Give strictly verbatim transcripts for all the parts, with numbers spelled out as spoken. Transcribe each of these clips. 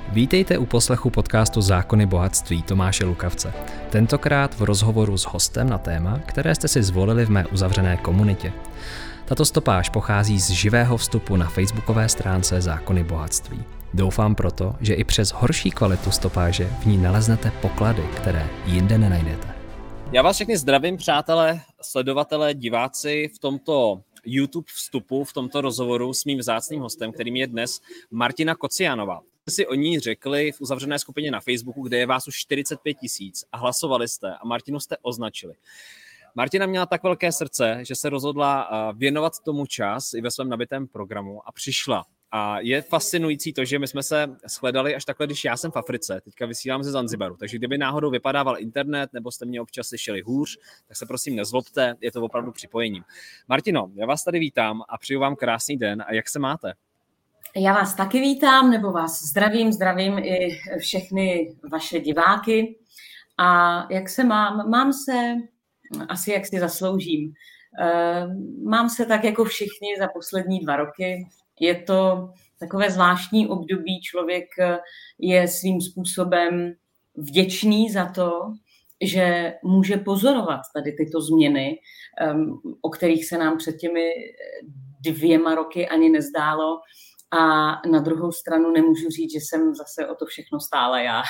Vítejte u poslechu podcastu Zákony bohatství Tomáše Lukavce. Tentokrát v rozhovoru s hostem na téma, které jste si zvolili v mé uzavřené komunitě. Tato stopáž pochází z živého vstupu na facebookové stránce Zákony bohatství. Doufám proto, že i přes horší kvalitu stopáže v ní naleznete poklady, které jinde nenajdete. Já vás všechny zdravím, přátelé, sledovatelé, diváci v tomto YouTube vstupu, v tomto rozhovoru s mým vzácným hostem, kterým je dnes Martina Kocianová. Jste si o ní řekli v uzavřené skupině na Facebooku, kde je vás už čtyřicet pět tisíc a hlasovali jste a Martinu jste označili. Martina měla tak velké srdce, že se rozhodla věnovat tomu čas i ve svém nabitém programu a přišla. A je fascinující to, že my jsme se shledali až takhle, když já jsem v Africe, teďka vysílám ze Zanzibaru, takže kdyby náhodou vypadával internet nebo jste mě občas slyšeli hůř, tak se prosím nezlobte, je to opravdu připojením. Martino, já vás tady vítám a přeju vám krásný den a jak se máte? Já vás taky vítám, nebo vás zdravím, zdravím i všechny vaše diváky. A jak se mám? Mám se asi, jak si zasloužím. Mám se tak jako všichni za poslední dva roky. Je to takové zvláštní období, člověk je svým způsobem vděčný za to, že může pozorovat tady tyto změny, o kterých se nám před těmi dvěma roky ani nezdálo. A na druhou stranu nemůžu říct, že jsem zase o to všechno stála já.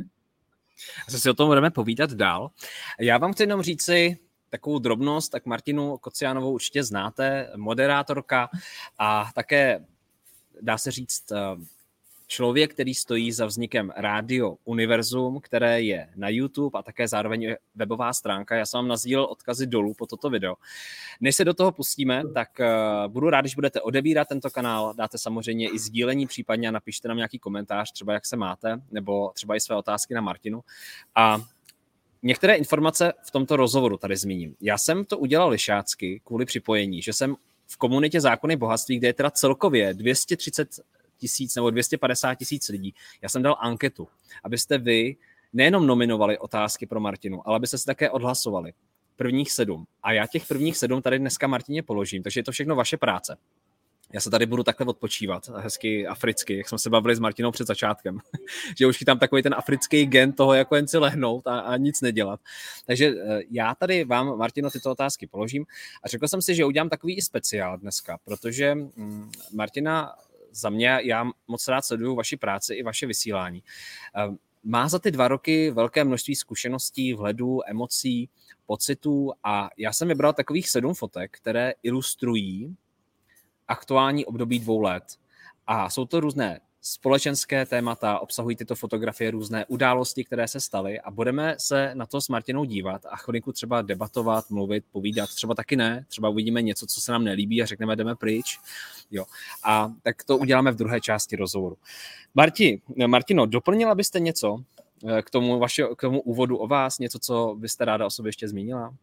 Asi si o tom budeme povídat dál. Já vám chci jenom říci takovou drobnost, tak Martinu Kocianovou určitě znáte, moderátorka a také, dá se říct, člověk, který stojí za vznikem Rádio Univerzum, které je na YouTube a také zároveň webová stránka. Já jsem vám nasdílel odkazy dolů po toto video. Než se do toho pustíme, tak budu rád, když budete odebírat tento kanál, dáte samozřejmě i sdílení případně a napište nám nějaký komentář, třeba jak se máte, nebo třeba i své otázky na Martinu. A některé informace v tomto rozhovoru tady zmíním. Já jsem to udělal lišácky kvůli připojení, že jsem v komunitě Zákony bohatství, kde je teda celkově dvě stě třicet tisíc nebo dvě stě padesát tisíc lidí. Já jsem dal anketu, abyste vy nejenom nominovali otázky pro Martinu, ale abyste si také odhlasovali prvních sedm. A já těch prvních sedm tady dneska Martině položím, takže je to všechno vaše práce. Já se tady budu takhle odpočívat, hezky africky, jak jsme se bavili s Martinou před začátkem. Že už chytám takový ten africký gen toho, jako jen si lehnout a, a nic nedělat. Takže já tady vám, Martino, tyto otázky položím a řekl jsem si, že udělám takový i speciál dneska, protože hm, Martina za mě, já moc rád sleduju vaši práci i vaše vysílání. Má za ty dva roky velké množství zkušeností, vhledů, emocí, pocitů a já jsem vybral takových sedm fotek, které ilustrují aktuální období dvou let. A jsou to různé společenské témata, obsahují tyto fotografie různé události, které se staly a budeme se na to s Martinou dívat a chvilinku třeba debatovat, mluvit, povídat, třeba taky ne, třeba uvidíme něco, co se nám nelíbí a řekneme, jdeme pryč. Jo. A tak to uděláme v druhé části rozhovoru. Marti, Martino, doplnila byste něco k tomu, vaše, k tomu úvodu o vás, něco, co byste ráda o sobě ještě zmínila?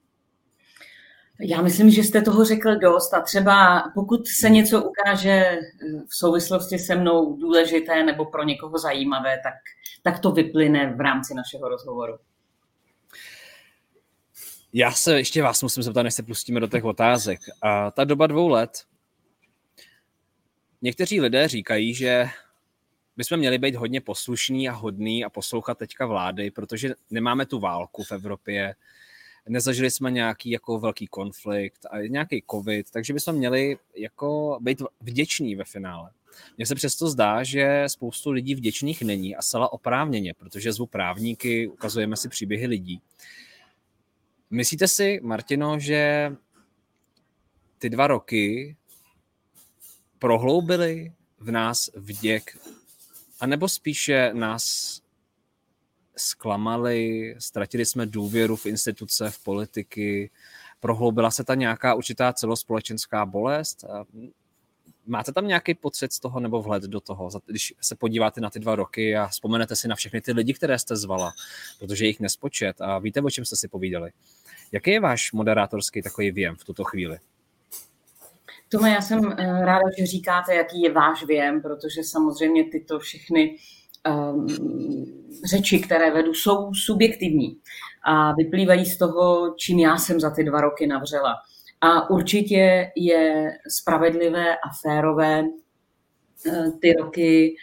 Já myslím, že jste toho řekl dost a třeba pokud se něco ukáže v souvislosti se mnou důležité nebo pro někoho zajímavé, tak, tak to vyplyne v rámci našeho rozhovoru. Já se ještě vás musím zeptat, než se pustíme do těch otázek. A ta doba dvou let, někteří lidé říkají, že bychom měli být hodně poslušní a hodní a poslouchat teďka vlády, protože nemáme tu válku v Evropě, nezažili jsme nějaký jako velký konflikt a nějaký covid, takže bychom měli jako být vděční ve finále. Mně se přesto zdá, že spoustu lidí vděčných není a zcela oprávněně, protože zvu právníky, ukazujeme si příběhy lidí. Myslíte si, Martino, že ty dva roky prohloubily v nás vděk, anebo spíše nás zklamali, ztratili jsme důvěru v instituce, v politiky, prohloubila se ta nějaká určitá celospolečenská bolest? Máte tam nějaký pocit z toho nebo vhled do toho, když se podíváte na ty dva roky a vzpomenete si na všechny ty lidi, které jste zvala, protože je jich nespočet a víte, o čem jste si povídali. Jaký je váš moderátorský takový věm v tuto chvíli? Tome, já jsem ráda, že říkáte, jaký je váš věm, protože samozřejmě tyto všechny um, řeči, které vedu, jsou subjektivní a vyplývají z toho, čím já jsem za ty dva roky navřela. A určitě je spravedlivé a férové ty roky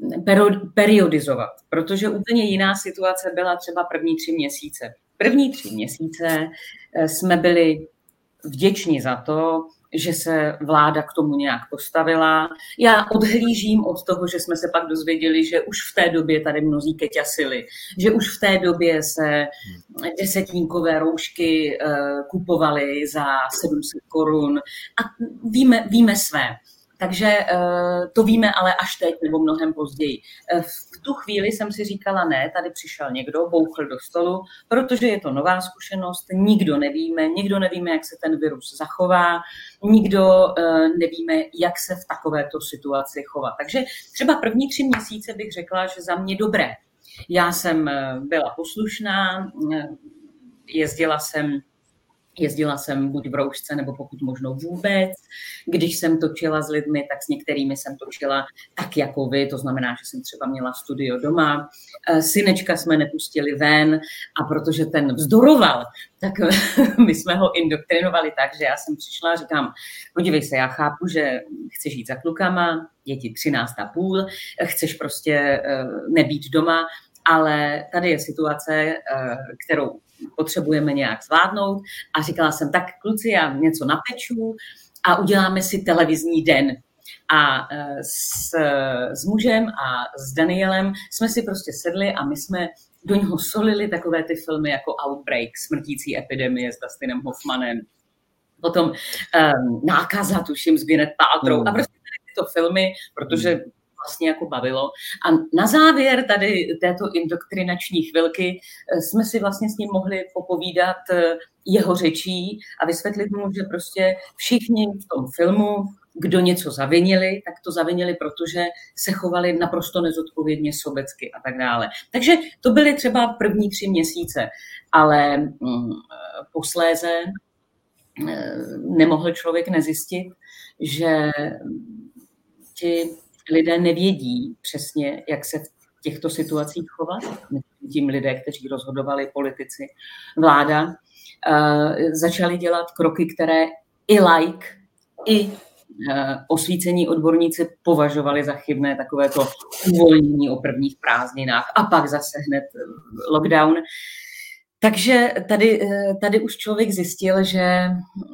periodizovat, protože úplně jiná situace byla třeba první tři měsíce. První tři měsíce jsme byli vděční za to, že se vláda k tomu nějak postavila. Já odhlížím od toho, že jsme se pak dozvěděli, že už v té době tady mnozí keťasili, že už v té době se desetníkové roušky kupovaly za sedm set korun a víme, víme své. Takže to víme ale až teď nebo mnohem později. V tu chvíli jsem si říkala, ne, tady přišel někdo, bouchl do stolu, protože je to nová zkušenost, nikdo nevíme, nikdo nevíme, jak se ten virus zachová, nikdo nevíme, jak se v takovéto situaci chovat. Takže třeba první tři měsíce bych řekla, že za mě dobré. Já jsem byla poslušná, jezdila jsem Jezdila jsem buď v roušce, nebo pokud možno vůbec. Když jsem točila s lidmi, tak s některými jsem točila tak jako vy, to znamená, že jsem třeba měla studio doma. Synečka jsme nepustili ven a protože ten vzdoroval, tak my jsme ho indoktrinovali tak, že já jsem přišla a říkám, podívej se, já chápu, že chceš jít za klukama, je ti třináct a půl, chceš prostě nebýt doma, ale tady je situace, kterou potřebujeme nějak zvládnout a říkala jsem, tak kluci, já něco napeču a uděláme si televizní den. A s, s mužem a s Danielem jsme si prostě sedli a my jsme do něho solili takové ty filmy jako Outbreak, Smrtící epidemie s Dustinem Hoffmanem, potom um, Nákaza, tuším, s Gwyneth Paltrow mm. a prostě tyto filmy, protože vlastně jako bavilo. A na závěr tady této indoktrinační chvilky jsme si vlastně s ním mohli popovídat jeho řečí a vysvětlit mu, že prostě všichni v tom filmu, kdo něco zavinili, tak to zavinili, protože se chovali naprosto nezodpovědně, sobecky a tak dále. Takže to byly třeba první tři měsíce, ale mm, posléze nemohl člověk nezjistit, že ti lidé nevědí přesně, jak se v těchto situacích chovat. Tím lidé, kteří rozhodovali, politici, vláda, uh, začali dělat kroky, které i like, i uh, osvícení odborníci považovali za chybné, takové to uvolnění o prvních prázdninách a pak zase hned lockdown. Takže tady, tady už člověk zjistil, že,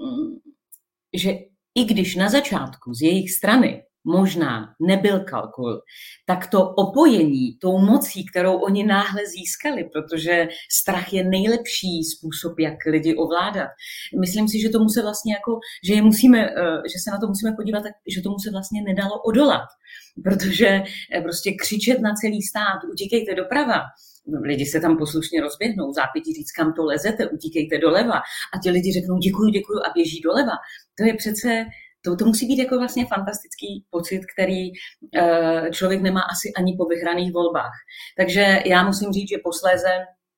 že i když na začátku z jejich strany možná nebyl kalkul, tak to opojení tou mocí, kterou oni náhle získali, protože strach je nejlepší způsob, jak lidi ovládat. Myslím si, že tomu se vlastně jako, že je musíme, že se na to musíme podívat, že tomu se vlastně nedalo odolat, protože prostě křičet na celý stát, utíkejte doprava, lidi se tam poslušně rozběhnou, zápětí říct, kam to lezete, utíkejte doleva a ti lidi řeknou děkuju, děkuju a běží doleva. To je přece To, to musí být jako vlastně fantastický pocit, který uh, člověk nemá asi ani po vyhraných volbách. Takže já musím říct, že posléze,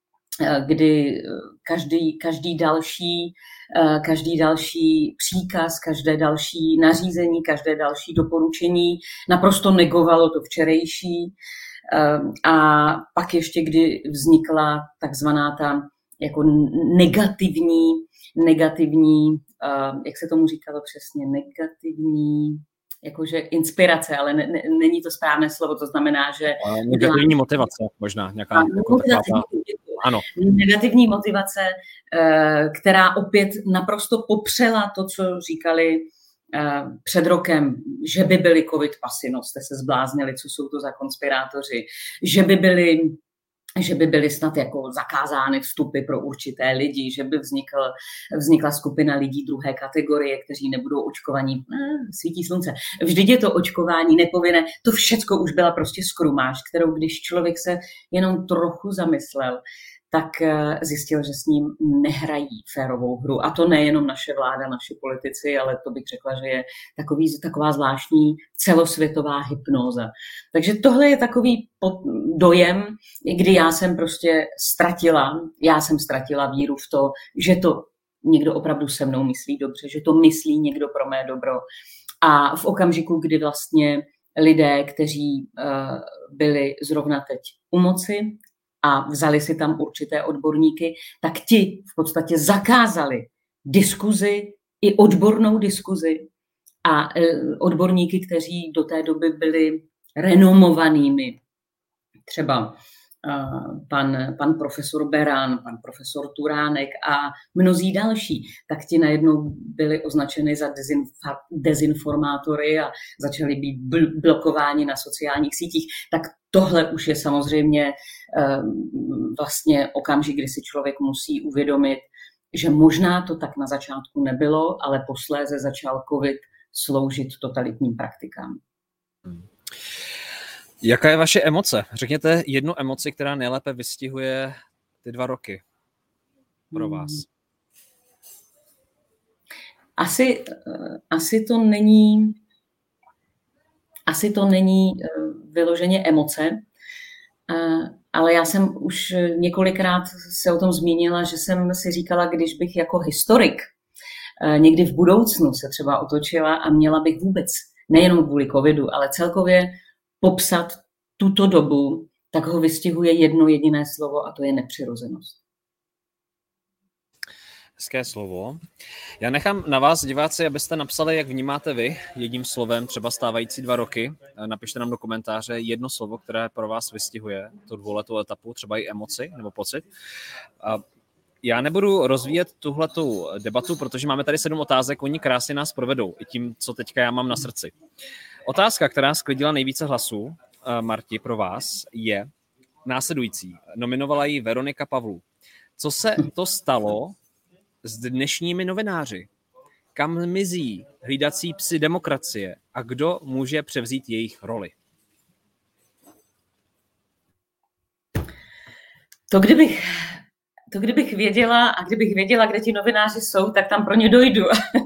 uh, kdy každý, každý, další, uh, každý další příkaz, každé další nařízení, každé další doporučení naprosto negovalo to včerejší. Uh, a pak ještě, kdy vznikla takzvaná ta jako negativní, negativní Uh, jak se tomu říkalo přesně, negativní, jakože inspirace, ale ne, ne, není to správné slovo, to znamená, že... Negativní udělám... motivace možná, nějaká... A, jako motivace, taková... Ano. Negativní motivace, uh, která opět naprosto popřela to, co říkali uh, před rokem, že by byly covid pasy, no jste se zbláznili, co jsou to za konspirátoři, že by byly že by byly snad jako zakázány vstupy pro určité lidi, že by vznikl, vznikla skupina lidí druhé kategorie, kteří nebudou očkovaní. Eh, svítí slunce. Vždyť je to očkování nepovinné. To všecko už byla prostě skrumáž, kterou když člověk se jenom trochu zamyslel, tak zjistil, že s ním nehrají férovou hru. A to nejenom naše vláda, naši politici, ale to bych řekla, že je takový, taková zvláštní celosvětová hypnóza. Takže tohle je takový dojem, kdy já jsem prostě ztratila, já jsem ztratila víru v to, že to někdo opravdu se mnou myslí dobře, že to myslí někdo pro mé dobro. A v okamžiku, kdy vlastně lidé, kteří uh, byli zrovna teď u moci, a vzali si tam určité odborníky, tak ti v podstatě zakázali diskuzi, i odbornou diskuzi a odborníky, kteří do té doby byli renomovanými, třeba pan, pan profesor Beran, pan profesor Turánek a mnozí další, tak ti najednou byli označeni za dezinformátory a začali být bl- blokováni na sociálních sítích. Tak tohle už je samozřejmě vlastně okamžik, kdy si člověk musí uvědomit, že možná to tak na začátku nebylo, ale posléze začal covid sloužit totalitním praktikám. Hmm. Jaká je vaše emoce? Řekněte jednu emoci, která nejlépe vystihuje ty dva roky pro vás. Asi, asi to není asi to není vyloženě emoce, ale já jsem už několikrát se o tom zmínila, že jsem si říkala, když bych jako historik někdy v budoucnu se třeba otočila a měla bych vůbec, nejenom kvůli covidu, ale celkově popsat tuto dobu, tak ho vystihuje jedno jediné slovo a to je nepřirozenost. Hezké slovo. Já nechám na vás, diváci, abyste napsali, jak vnímáte vy jedním slovem třeba stávající dva roky. Napište nám do komentáře jedno slovo, které pro vás vystihuje tu dvouletou etapu, třeba i emoci nebo pocit. Já nebudu rozvíjet tuhletu debatu, protože máme tady sedm otázek, oni krásně nás provedou i tím, co teďka já mám na srdci. Otázka, která sklidila nejvíce hlasů, Marti, pro vás, je následující. Nominovala ji Veronika Pavlů. Co se to stalo s dnešními novináři? Kam mizí hlídací psi demokracie a kdo může převzít jejich roli? To kdybych, to kdybych věděla a kdybych věděla, kde ti novináři jsou, tak tam pro ně dojdu.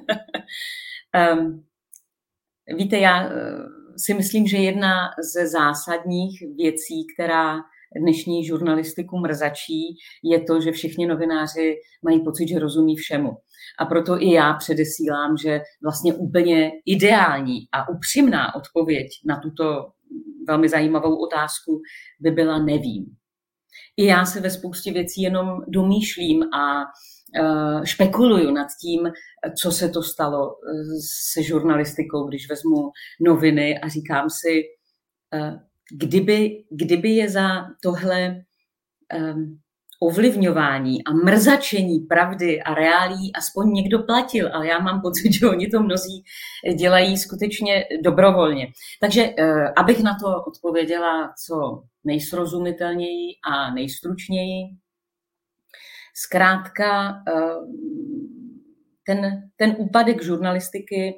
um, víte, já si myslím, že jedna ze zásadních věcí, která dnešní žurnalistiku mrzačí, je to, že všichni novináři mají pocit, že rozumí všemu. A proto i já předesílám, že vlastně úplně ideální a upřímná odpověď na tuto velmi zajímavou otázku by byla nevím. I já se ve spoustě věcí jenom domýšlím a špekuluju nad tím, co se to stalo se žurnalistikou, když vezmu noviny a říkám si, kdyby, kdyby je za tohle um, ovlivňování a mrzačení pravdy a reálí aspoň někdo platil, ale já mám pocit, že oni to mnozí dělají skutečně dobrovolně. Takže uh, abych na to odpověděla co nejsrozumitelněji a nejstručněji, zkrátka uh, ten, ten úpadek žurnalistiky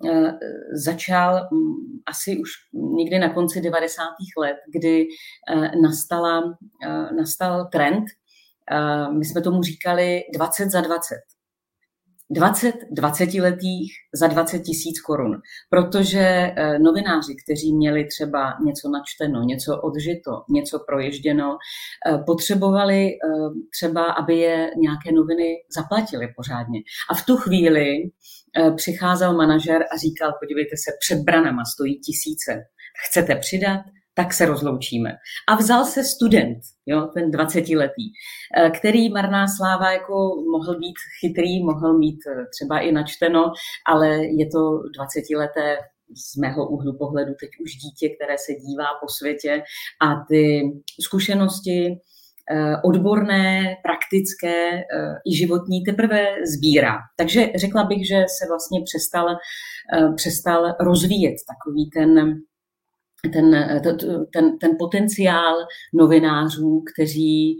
začal asi už někdy na konci devadesátých let, kdy nastala, nastal trend, my jsme tomu říkali dvacet za dvacet. dvacet dvacetiletých za dvacet tisíc korun, protože novináři, kteří měli třeba něco načteno, něco odžito, něco proježděno, potřebovali třeba, aby je nějaké noviny zaplatili pořádně. A v tu chvíli přicházel manažer a říkal, podívejte se, před branama stojí tisíce, chcete přidat? Tak se rozloučíme. A vzal se student, jo, ten dvacetiletý, který, marná sláva, jako mohl být chytrý, mohl mít třeba i načteno, ale je to dvacetileté z mého úhlu pohledu teď už dítě, které se dívá po světě a ty zkušenosti odborné, praktické i životní teprve sbírá. Takže řekla bych, že se vlastně přestal, přestal rozvíjet takový ten Ten, ten, ten potenciál novinářů, kteří,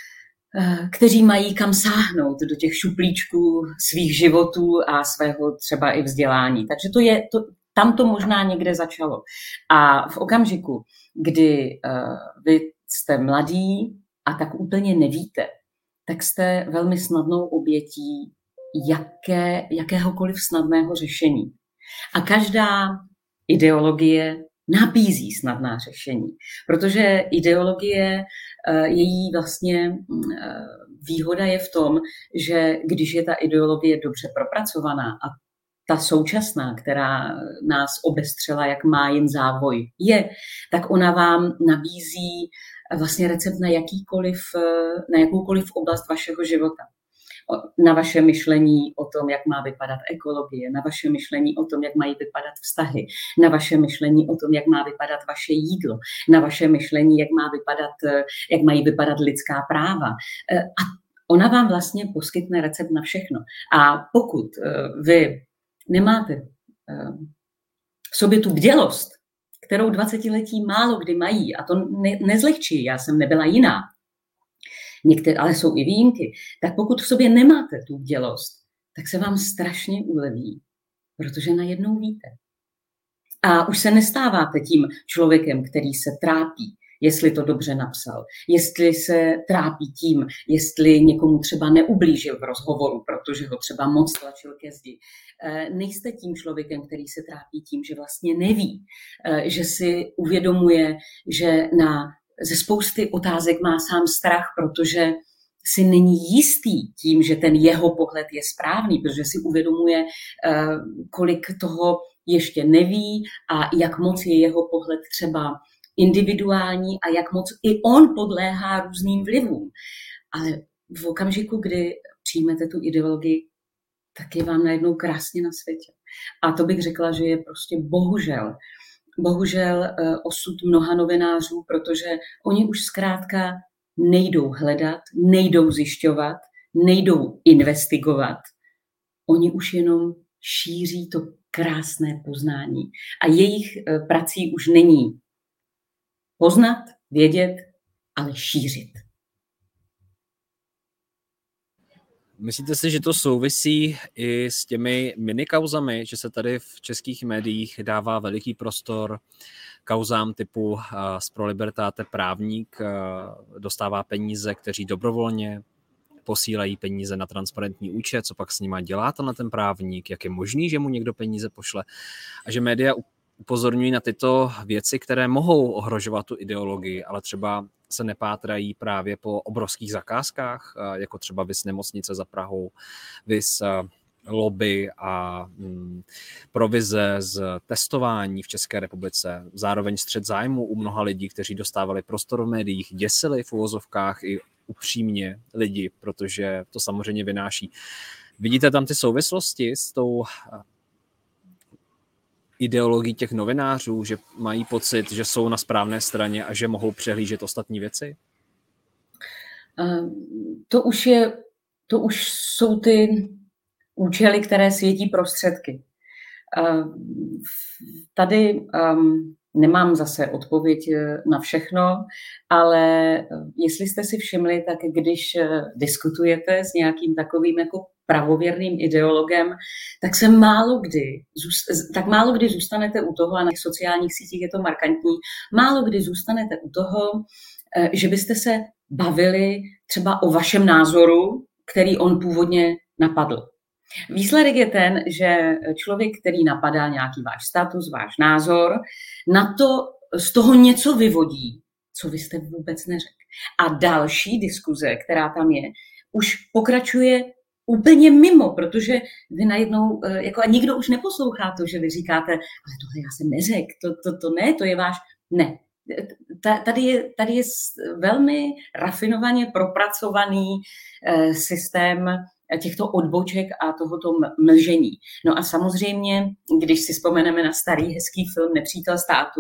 kteří mají kam sáhnout do těch šuplíčků svých životů a svého třeba i vzdělání. Takže to je, to, tam to možná někde začalo. A v okamžiku, kdy uh, vy jste mladí a tak úplně nevíte, tak jste velmi snadnou obětí jaké, jakéhokoliv snadného řešení. A každá ideologie nabízí snadná řešení, protože ideologie, její vlastně výhoda je v tom, že když je ta ideologie dobře propracovaná a ta současná, která nás obestřela, jak má jen závoj, je, tak ona vám nabízí vlastně recept na jakýkoliv, na jakoukoliv oblast vašeho života. na vaše myšlení o tom, jak má vypadat ekologie, na vaše myšlení o tom, jak mají vypadat vztahy, na vaše myšlení o tom, jak má vypadat vaše jídlo, na vaše myšlení, jak má vypadat, jak mají vypadat lidská práva. A ona vám vlastně poskytne recept na všechno. A pokud vy nemáte v sobě tu bdělost, kterou dvacetiletí málo kdy mají, a to ne, nezlehčí, já jsem nebyla jiná, některé, ale jsou i výjimky, tak pokud v sobě nemáte tu bdělost, tak se vám strašně uleví, protože najednou víte. A už se nestáváte tím člověkem, který se trápí, jestli to dobře napsal, jestli se trápí tím, jestli někomu třeba neublížil v rozhovoru, protože ho třeba moc tlačil ke zdi. Nejste tím člověkem, který se trápí tím, že vlastně neví, že si uvědomuje, že na, ze spousty otázek má sám strach, protože si není jistý tím, že ten jeho pohled je správný, protože si uvědomuje, kolik toho ještě neví a jak moc je jeho pohled třeba individuální a jak moc i on podléhá různým vlivům. Ale v okamžiku, kdy přijmete tu ideologii, tak je vám najednou krásně na světě. A to bych řekla, že je prostě bohužel, bohužel osud mnoha novinářů, protože oni už zkrátka nejdou hledat, nejdou zjišťovat, nejdou investigovat. Oni už jenom šíří to krásné poznání. A jejich prací už není poznat, vědět, ale šířit. Myslíte si, že to souvisí i s těmi minikauzami, že se tady v českých médiích dává veliký prostor kauzám typu z Pro Libertate právník dostává peníze, kteří dobrovolně posílají peníze na transparentní účet, co pak s nima dělá tenhle ten právník, jak je možný, že mu někdo peníze pošle a že média upozorňují na tyto věci, které mohou ohrožovat tu ideologii, ale třeba se nepátrají právě po obrovských zakázkách, jako třeba vys nemocnice za Prahou, vys lobby a mm, provize z testování v České republice, zároveň střet zájmu u mnoha lidí, kteří dostávali prostor v médiích, děsili v uvozovkách i upřímně lidi, protože to samozřejmě vynáší. Vidíte tam ty souvislosti s tou ideologii těch novinářů, že mají pocit, že jsou na správné straně a že mohou přehlížet ostatní věci? To už je, to už jsou ty účely, které světí prostředky. Tady um, nemám zase odpověď na všechno, ale jestli jste si všimli, tak když diskutujete s nějakým takovým jako pravověrným ideologem, tak se málo kdy, tak málo kdy zůstanete u toho, a na těch sociálních sítích je to markantní, málo kdy zůstanete u toho, že byste se bavili třeba o vašem názoru, který on původně napadl. Výsledek je ten, že člověk, který napadá nějaký váš status, váš názor, na to z toho něco vyvodí, co vy jste vůbec neřekl. A další diskuze, která tam je, už pokračuje úplně mimo, protože vy najednou, jako a nikdo už neposlouchá to, že vy říkáte, ale tohle já jsem neřekl, to, to, to ne, to je váš, ne. Tady je, tady je velmi rafinovaně propracovaný eh, systém těchto odboček a tohoto mlžení. No a samozřejmě, když si vzpomeneme na starý hezký film Nepřítel státu,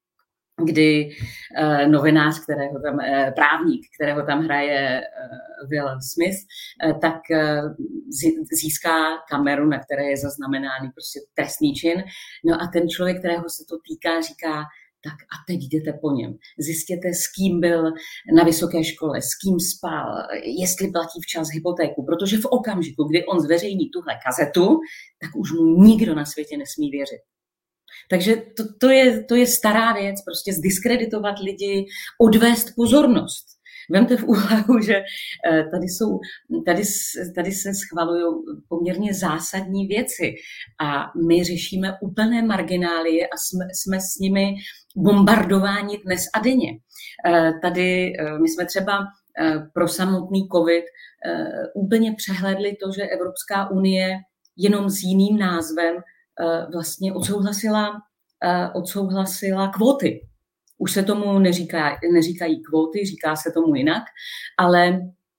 kdy uh, novinář, kterého tam, uh, právník, kterého tam hraje uh, Will Smith, uh, tak uh, získá kameru, na které je zaznamenáný prostě trestný čin. No a ten člověk, kterého se to týká, říká, tak a teď jděte po něm. Zjistěte, s kým byl na vysoké škole, s kým spal, jestli platí včas hypotéku, protože v okamžiku, kdy on zveřejní tuhle kazetu, tak už mu nikdo na světě nesmí věřit. Takže to, to, je, to je stará věc, prostě zdiskreditovat lidi, odvést pozornost. Vemte v úvahu, že tady, jsou, tady, tady se schvalují poměrně zásadní věci a my řešíme úplné marginálie a jsme, jsme s nimi bombardováni dnes a denně. Tady my jsme třeba pro samotný covid úplně přehlédli to, že Evropská unie jenom s jiným názvem vlastně odsouhlasila, odsouhlasila kvóty. Už se tomu neříká, neříkají kvóty, říká se tomu jinak, ale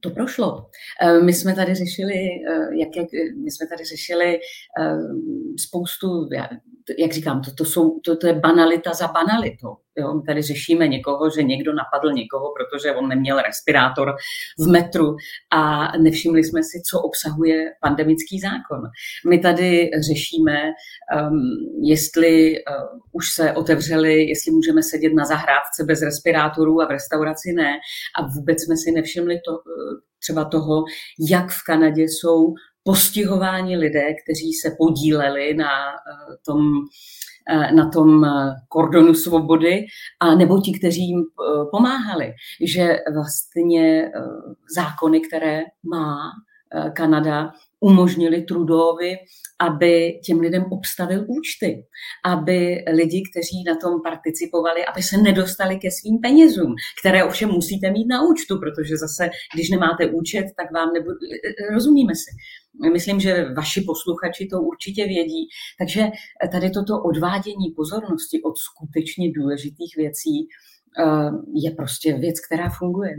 To prošlo. My jsme tady řešili, jak, jak, my jsme tady řešili spoustu, jak říkám, to, to, jsou, to, to je banalita za banalitou. Jo? My tady řešíme někoho, že někdo napadl někoho, protože on neměl respirátor v metru a nevšimli jsme si, co obsahuje pandemický zákon. My tady řešíme, um, jestli uh, už se otevřeli, jestli můžeme sedět na zahrádce bez respirátorů a v restauraci ne. A vůbec jsme si nevšimli to, třeba toho, jak v Kanadě jsou postihováni lidé, kteří se podíleli na tom, na tom kordonu svobody, a nebo ti, kteří jim pomáhali. Že vlastně zákony, které má Kanada, umožnili Trudeauovi, aby těm lidem obstavil účty, aby lidi, kteří na tom participovali, aby se nedostali ke svým penězům, které ovšem musíte mít na účtu, protože zase, když nemáte účet, tak vám nebudu... Rozumíme si. Myslím, že vaši posluchači to určitě vědí. Takže tady toto odvádění pozornosti od skutečně důležitých věcí je prostě věc, která funguje.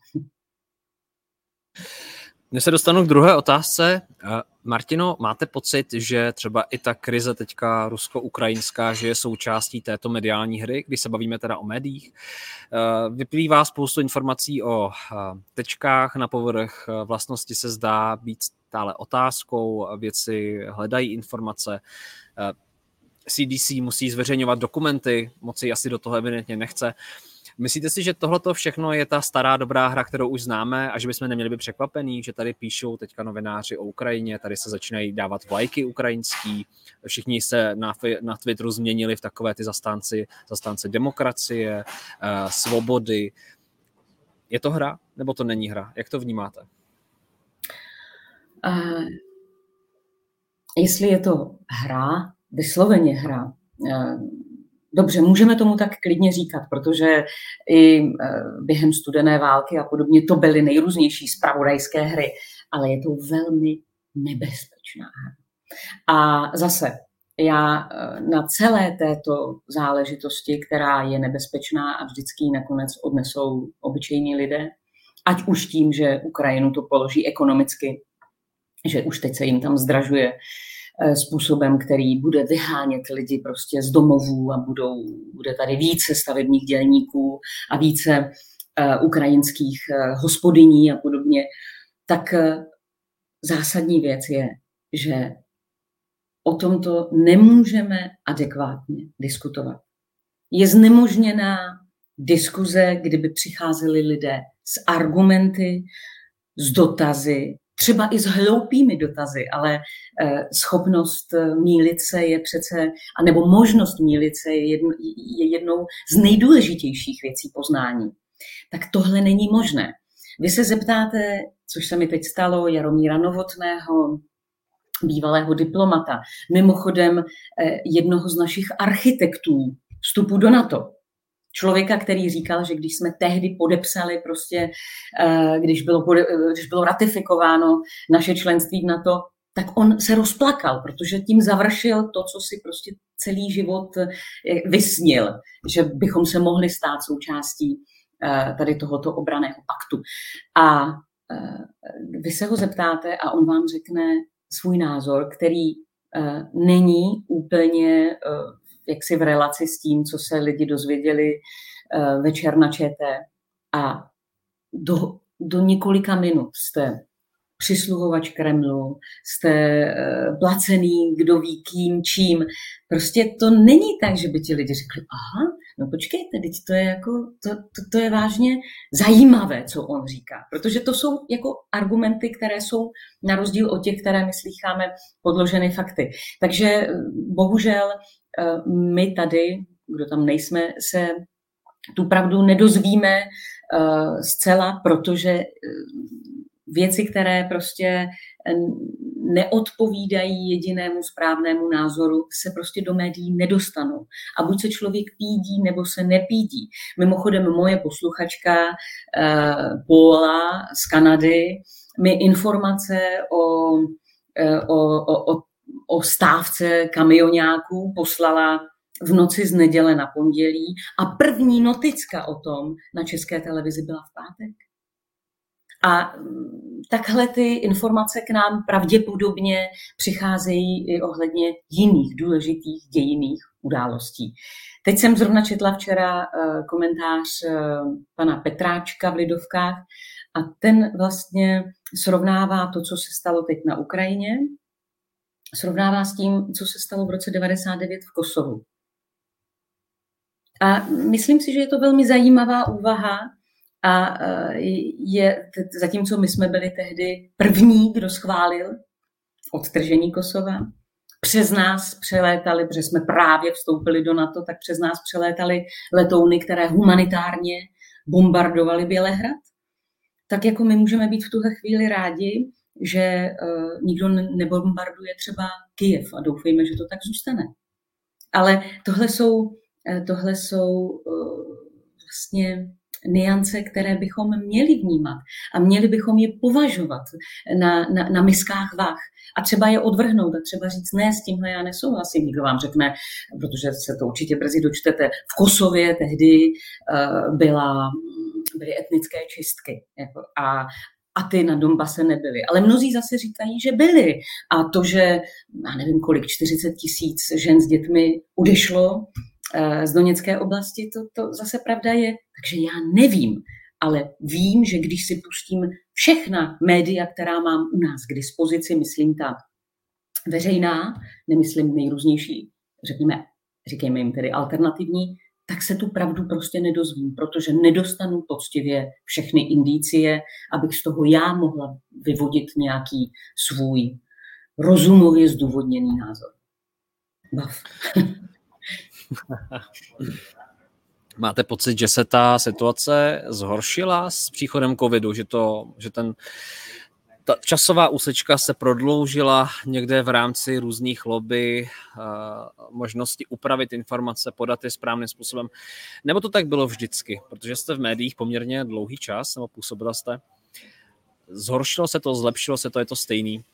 Než se dostanu k druhé otázce, Martino, máte pocit, že třeba i ta krize teďka rusko-ukrajinská, že je součástí této mediální hry, když se bavíme teda o médiích? Vyplývá spoustu informací o tečkách na povrch, vlastnosti se zdá být stále otázkou, věci hledají informace. C D C musí zveřejňovat dokumenty, moc asi do toho evidentně nechce. Myslíte si, že tohleto všechno je ta stará dobrá hra, kterou už známe, a že bychom neměli být překvapení, že tady píšou teďka novináři o Ukrajině, tady se začínají dávat vlajky ukrajinský, všichni se na, na Twitteru změnili v takové ty zastánci, zastánci demokracie, uh, svobody. Je to hra, nebo to není hra? Jak to vnímáte? Uh, jestli je to hra, vysloveně hra, uh, dobře, můžeme tomu tak klidně říkat, protože i během studené války a podobně to byly nejrůznější zpravodajské hry, ale je to velmi nebezpečná hra. A zase, já na celé této záležitosti, která je nebezpečná a vždycky nakonec odnesou obyčejní lidé, ať už tím, že Ukrajinu to položí ekonomicky, že už teď se jim tam zdražuje způsobem, který bude vyhánět lidi prostě z domovů a budou, bude tady více stavebních dělníků a více uh, ukrajinských uh, hospodyní a podobně, tak uh, zásadní věc je, že o tomto nemůžeme adekvátně diskutovat. Je znemožněná diskuze, kdyby přicházeli lidé s argumenty, s dotazy, třeba i s hloupými dotazy, ale eh, schopnost mýlit se je přece, anebo možnost mýlit se je, jedno, je jednou z nejdůležitějších věcí poznání. Tak tohle není možné. Vy se zeptáte, což se mi teď stalo, Jaromíra Novotného, bývalého diplomata, mimochodem eh, jednoho z našich architektů vstupu do NATO. Člověka, který říkal, že když jsme tehdy podepsali prostě, když bylo, když bylo ratifikováno naše členství v NATO, tak on se rozplakal, protože tím završil to, co si prostě celý život vysnil, že bychom se mohli stát součástí tady tohoto obranného paktu. A vy se ho zeptáte a on vám řekne svůj názor, který není úplně jaksi v relaci s tím, co se lidi dozvěděli uh, večer na ČT. A do, do několika minut jste přisluhovač Kremlu, jste uh, placený kdo ví kým, čím. Prostě to není tak, že by ti lidi řekli, aha, no počkejte, teď to je jako, to, to, to je vážně zajímavé, co on říká. Protože to jsou jako argumenty, které jsou na rozdíl od těch, které my slýcháme, podloženy fakty. Takže bohužel my tady, kdo tam nejsme, se tu pravdu nedozvíme uh, zcela, protože věci, které prostě neodpovídají jedinému správnému názoru, se prostě do médií nedostanou. A buď se člověk pídí, nebo se nepídí. Mimochodem moje posluchačka uh, Paula z Kanady mi informace o, o, o, o o stávce kamionáků poslala v noci z neděle na pondělí a první noticka o tom na České televizi byla v pátek. A takhle ty informace k nám pravděpodobně přicházejí i ohledně jiných důležitých dějinných událostí. Teď jsem zrovna četla včera komentář pana Petráčka v Lidovkách a ten vlastně srovnává to, co se stalo teď na Ukrajině, srovnává s tím, co se stalo v roce devadesát devět v Kosovu. A myslím si, že je to velmi zajímavá úvaha a je, zatímco my jsme byli tehdy první, kdo schválil odtržení Kosova, přes nás přelétali, protože jsme právě vstoupili do NATO, tak přes nás přelétali letouny, které humanitárně bombardovaly Bělehrad. Tak jako my můžeme být v tuhle chvíli rádi, že uh, nikdo nebombarduje třeba Kyjev a doufejme, že to tak zůstane. Ale tohle jsou, tohle jsou uh, vlastně nuance, které bychom měli vnímat a měli bychom je považovat na, na, na miskách vah a třeba je odvrhnout a třeba říct, ne, s tímhle já nesouhlasím. Někdo vám řekne, protože se to určitě brzy dočtete, v Kosově tehdy uh, byla, byly etnické čistky jako, a a ty na Donbase nebyly. Ale mnozí zase říkají, že byly. A to, že, já nevím kolik, čtyřicet tisíc žen s dětmi odešlo z Doněcké oblasti, to, to zase pravda je. Takže já nevím, ale vím, že když si pustím všechna média, která mám u nás k dispozici, myslím ta veřejná, nemyslím nejrůznější, řekněme, říkejme jim tedy alternativní, tak se tu pravdu prostě nedozvím, protože nedostanu poctivě všechny indicie, abych z toho já mohla vyvodit nějaký svůj rozumově zdůvodněný názor. Bav. Máte pocit, že se ta situace zhoršila s příchodem covidu, že, to, že ten, ta časová úsečka se prodloužila někde v rámci různých lobby, možnosti upravit informace, podat je správným způsobem? Nebo to tak bylo vždycky? Protože jste v médiích poměrně dlouhý čas, nebo působila jste. Zhoršilo se to, zlepšilo se to, je to stejný?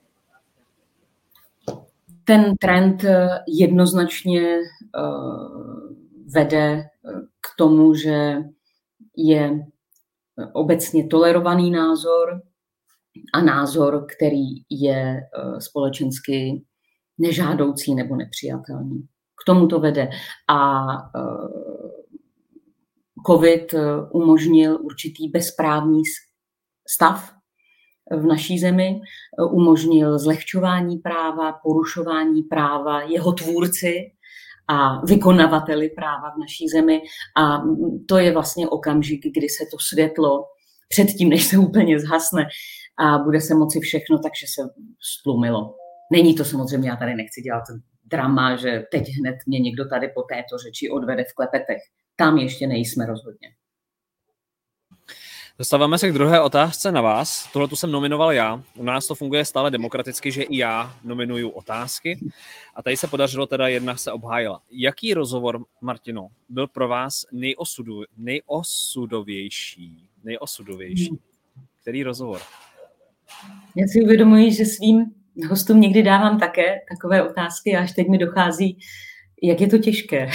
Ten trend jednoznačně uh, vede k tomu, že je obecně tolerovaný názor a názor, který je uh, společensky nežádoucí nebo nepřijatelný. K tomu to vede. A uh, COVID umožnil určitý bezprávní stav v naší zemi, umožnil zlehčování práva, porušování práva jeho tvůrci a vykonavateli práva v naší zemi. A to je vlastně okamžik, kdy se to světlo předtím, než se úplně zhasne a bude se moci všechno, takže se stlumilo. Není to samozřejmě, já tady nechci dělat drama, že teď hned mě někdo tady po této řeči odvede v klepetech. Tam ještě nejsme rozhodně. Dostáváme se k druhé otázce na vás. Tohle tu jsem nominoval já. U nás to funguje stále demokraticky, že i já nominuju otázky. A tady se podařilo, teda jedna se obhájila. Jaký rozhovor, Martino, byl pro vás nejosudu, nejosudovější? Nejosudovější. Který rozhovor? Já si uvědomuji, že svým hostům někdy dávám také takové otázky a až teď mi dochází, jak je to těžké.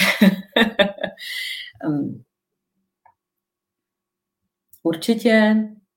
Určitě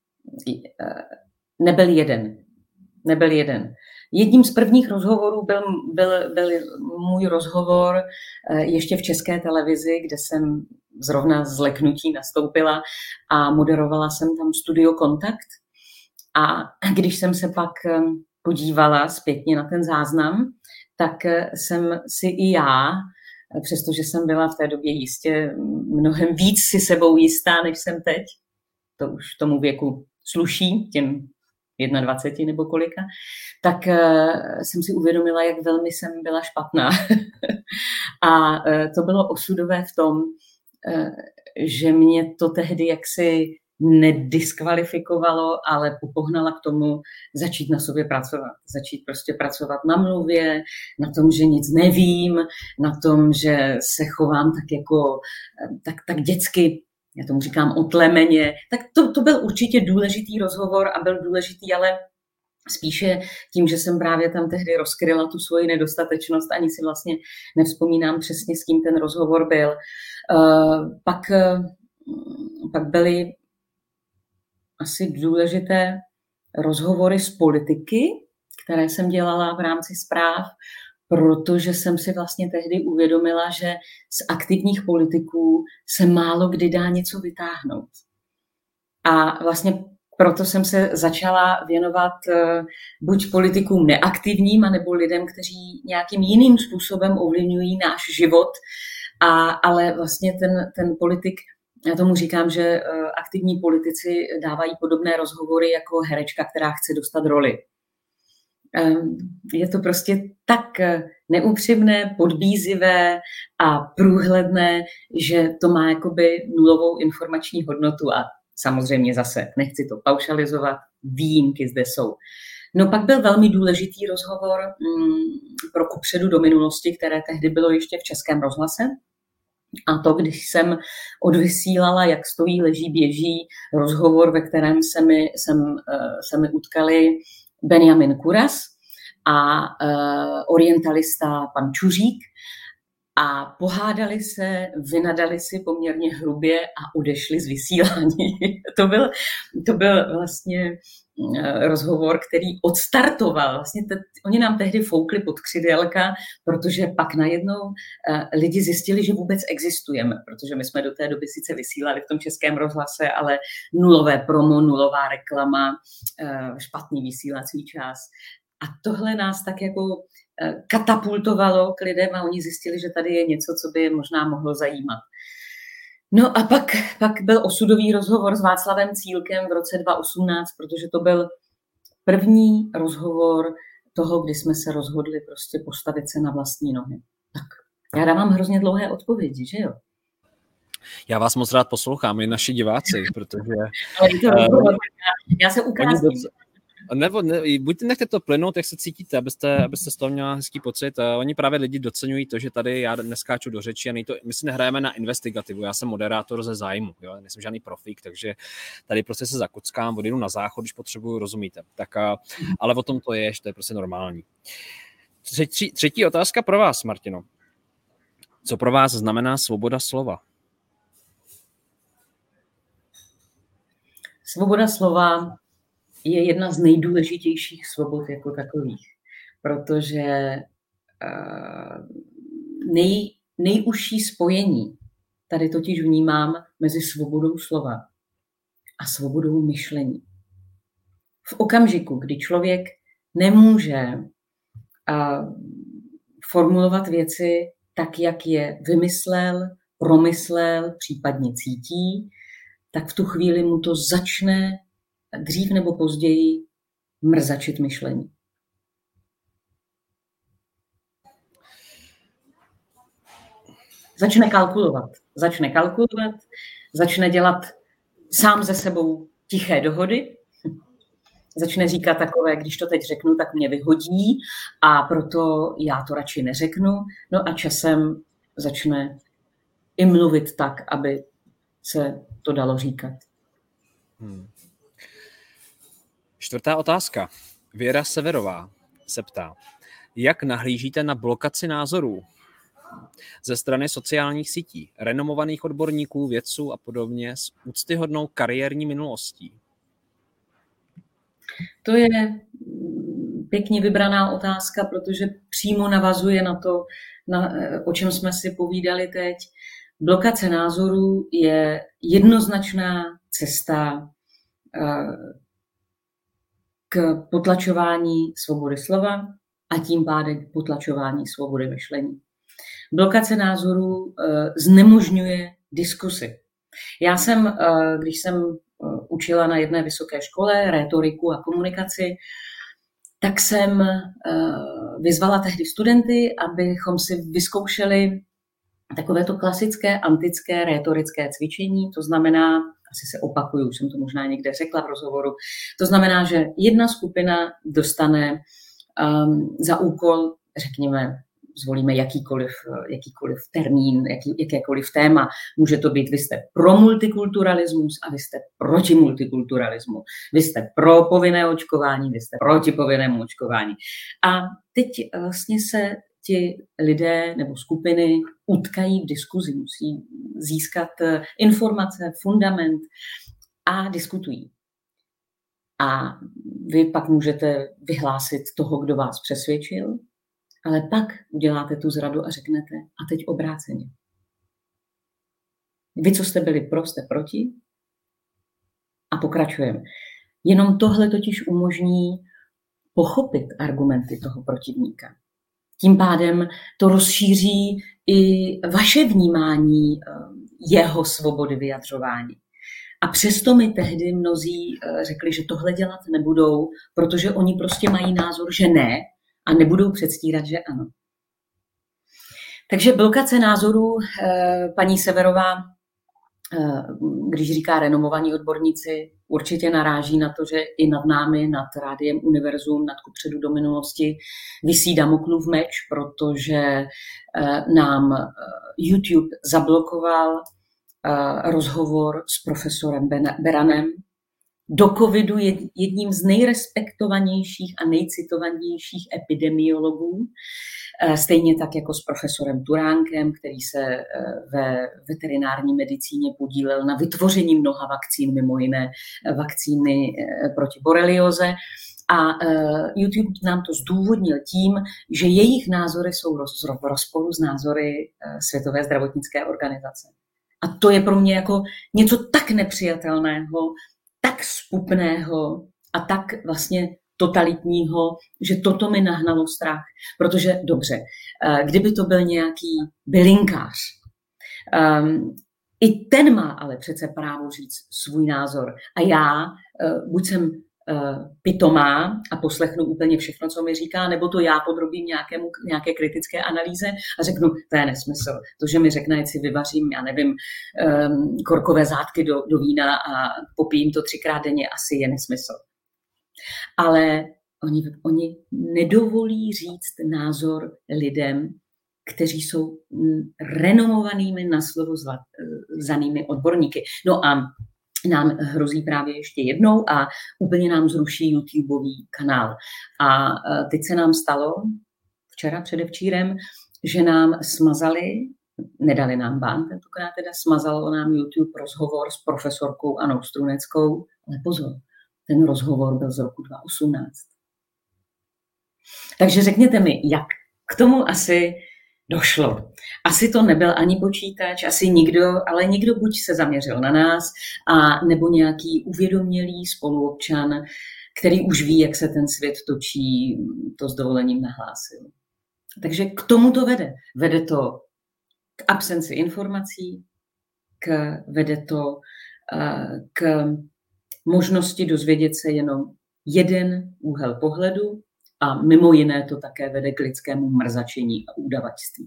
nebyl jeden. Nebyl jeden. Jedním z prvních rozhovorů byl, byl, byl můj rozhovor ještě v České televizi, kde jsem zrovna z leknutí nastoupila a moderovala jsem tam Studio Kontakt. A když jsem se pak podívala zpětně na ten záznam, tak jsem si i já, přestože jsem byla v té době jistě mnohem víc si sebou jistá, než jsem teď, to už tomu věku sluší, těm dvacet jedna nebo kolika, tak jsem si uvědomila, jak velmi jsem byla špatná. A to bylo osudové v tom, že mě to tehdy jaksi nediskvalifikovalo, ale popohnala k tomu začít na sobě pracovat. Začít prostě pracovat na mluvě, na tom, že nic nevím, na tom, že se chovám tak jako tak, tak dětsky, já tomu říkám otlemeně. Tak to, to byl určitě důležitý rozhovor a byl důležitý, ale spíše tím, že jsem právě tam tehdy rozkryla tu svoji nedostatečnost, ani si vlastně nevzpomínám přesně, s kým ten rozhovor byl. Uh, pak, uh, pak byly asi důležité rozhovory s politiky, které jsem dělala v rámci zpráv, protože jsem si vlastně tehdy uvědomila, že z aktivních politiků se málo kdy dá něco vytáhnout. A vlastně proto jsem se začala věnovat buď politikům neaktivním, anebo lidem, kteří nějakým jiným způsobem ovlivňují náš život, a, ale vlastně ten, ten politik, já tomu říkám, že aktivní politici dávají podobné rozhovory jako herečka, která chce dostat roli. Je to prostě tak neupřímné, podbízivé a průhledné, že to má jakoby nulovou informační hodnotu a samozřejmě zase nechci to paušalizovat, výjimky zde jsou. No pak byl velmi důležitý rozhovor mm, pro Kupředu do minulosti, které tehdy bylo ještě v Českém rozhlase. A to, když jsem odvysílala, jak stojí, leží, běží, rozhovor, ve kterém se mi, sem, se mi utkali Benjamin Kuras a uh, orientalista pan Čuřík a pohádali se, vynadali si poměrně hrubě a odešli z vysílání. to, byl, to byl vlastně uh, rozhovor, který odstartoval. Vlastně te, oni nám tehdy foukli pod křidelka, protože pak najednou uh, lidi zjistili, že vůbec existujeme, protože my jsme do té doby sice vysílali v tom Českém rozhlase, ale nulové promo, nulová reklama, uh, špatný vysílací čas. A tohle nás tak jako katapultovalo k lidem a oni zjistili, že tady je něco, co by je možná mohlo zajímat. No a pak, pak byl osudový rozhovor s Václavem Cílkem v roce dva tisíce osmnáct, protože to byl první rozhovor toho, kdy jsme se rozhodli prostě postavit se na vlastní nohy. Tak, já dávám hrozně dlouhé odpovědi, že jo? Já vás moc rád poslouchám, i naši diváci, protože... Ale to rozhovor, já se ukázím. Nebo ne, buďte, nechte to plynout, jak se cítíte, abyste, abyste z toho měla hezký pocit. Uh, oni právě lidi doceňují to, že tady já neskáču do řeči a to, my si nehrajeme na investigativu, já jsem moderátor ze zájmu, jo? Nejsem žádný profík, takže tady prostě se zakockám, odjedu na záchod, když potřebuju, rozumíte. Tak, uh, ale o tom to je, že to je prostě normální. Třetí, třetí otázka pro vás, Martino. Co pro vás znamená svoboda slova? Svoboda slova je jedna z nejdůležitějších svobod jako takových, protože uh, nej, nejužší spojení tady totiž vnímám mezi svobodou slova a svobodou myšlení. V okamžiku, kdy člověk nemůže uh, formulovat věci tak, jak je vymyslel, promyslel, případně cítí, tak v tu chvíli mu to začne dřív nebo později mrzačit myšlení. Začne kalkulovat. Začne kalkulovat, začne dělat sám ze sebou tiché dohody, začne říkat takové, když to teď řeknu, tak mě vyhodí a proto já to radši neřeknu. No a časem začne i mluvit tak, aby se to dalo říkat. Hmm. Čtvrtá otázka. Věra Severová se ptá, jak nahlížíte na blokaci názorů ze strany sociálních sítí, renomovaných odborníků, vědců a podobně s úctyhodnou kariérní minulostí? To je pěkně vybraná otázka, protože přímo navazuje na to, na, o čem jsme si povídali teď. Blokace názorů je jednoznačná cesta k potlačování svobody slova a tím pádem k potlačování svobody myšlení. Blokace názorů znemožňuje diskusy. Já jsem, když jsem učila na jedné vysoké škole rétoriku a komunikaci, tak jsem vyzvala tehdy studenty, abychom si vyzkoušeli takovéto klasické antické rétorické cvičení, to znamená, asi se opakuju, už jsem to možná někde řekla v rozhovoru, to znamená, že jedna skupina dostane um, za úkol, řekněme, zvolíme jakýkoliv, jakýkoliv termín, jaký, jakékoliv téma. Může to být, vy jste pro multikulturalismus a vy jste proti multikulturalismu. Vy jste pro povinné očkování, vy jste proti povinnému očkování. A teď vlastně se ti lidé nebo skupiny utkají v diskuzi, musí získat informace, fundament a diskutují. A vy pak můžete vyhlásit toho, kdo vás přesvědčil, ale pak uděláte tu zradu a řeknete, a teď obráceně. Vy, co jste byli pro, jste proti a pokračujeme. Jenom tohle totiž umožní pochopit argumenty toho protivníka. Tím pádem to rozšíří i vaše vnímání jeho svobody vyjadřování. A přesto mi tehdy mnozí řekli, že tohle dělat nebudou, protože oni prostě mají názor, že ne, a nebudou předstírat, že ano. Takže blokace názorů, paní Severová, když říká renomovaní odborníci, určitě naráží na to, že i nad námi, nad Rádiem Univerzum, nad Kupředu do minulosti, visí Damoklův meč, protože nám YouTube zablokoval rozhovor s profesorem Beranem. Do covidu je jedním z nejrespektovanějších a nejcitovanějších epidemiologů, stejně tak jako s profesorem Turánkem, který se ve veterinární medicíně podílel na vytvoření mnoha vakcín, mimo jiné vakcíny proti borelioze. A YouTube nám to zdůvodnil tím, že jejich názory jsou v rozporu s názory Světové zdravotnické organizace. A to je pro mě jako něco tak nepřijatelného, tak spupného a tak vlastně totalitního, že toto mi nahnalo strach. Protože dobře, kdyby to byl nějaký bylinkář, um, i ten má ale přece právo říct svůj názor. A já uh, buď jsem uh, pitomá a poslechnu úplně všechno, co mi říká, nebo to já podrobím nějakému, nějaké kritické analýze a řeknu, to je nesmysl. To, že mi řekne, ať si vyvařím, já nevím, um, korkové zátky do, do vína a popijím to třikrát denně, asi je nesmysl. Ale oni, oni nedovolí říct názor lidem, kteří jsou renomovanými na slovo zanými odborníky. No a nám hrozí právě ještě jednou a úplně nám zruší YouTubeový kanál. A teď se nám stalo, včera předevčírem, že nám smazali, nedali nám ban tentokrát, teda smazalo nám YouTube rozhovor s profesorkou Annou Struneckou, ale pozor, ten rozhovor byl z roku dva tisíce osmnáct. Takže řekněte mi, jak k tomu asi došlo. Asi to nebyl ani počítač, asi nikdo, ale někdo buď se zaměřil na nás, a nebo nějaký uvědomělý spoluobčan, který už ví, jak se ten svět točí, to s dovolením nahlásil. Takže k tomu to vede. Vede to k absenci informací, k, vede to uh, k možnosti dozvědět se jenom jeden úhel pohledu a mimo jiné to také vede k lidskému mrzačení a udavačství.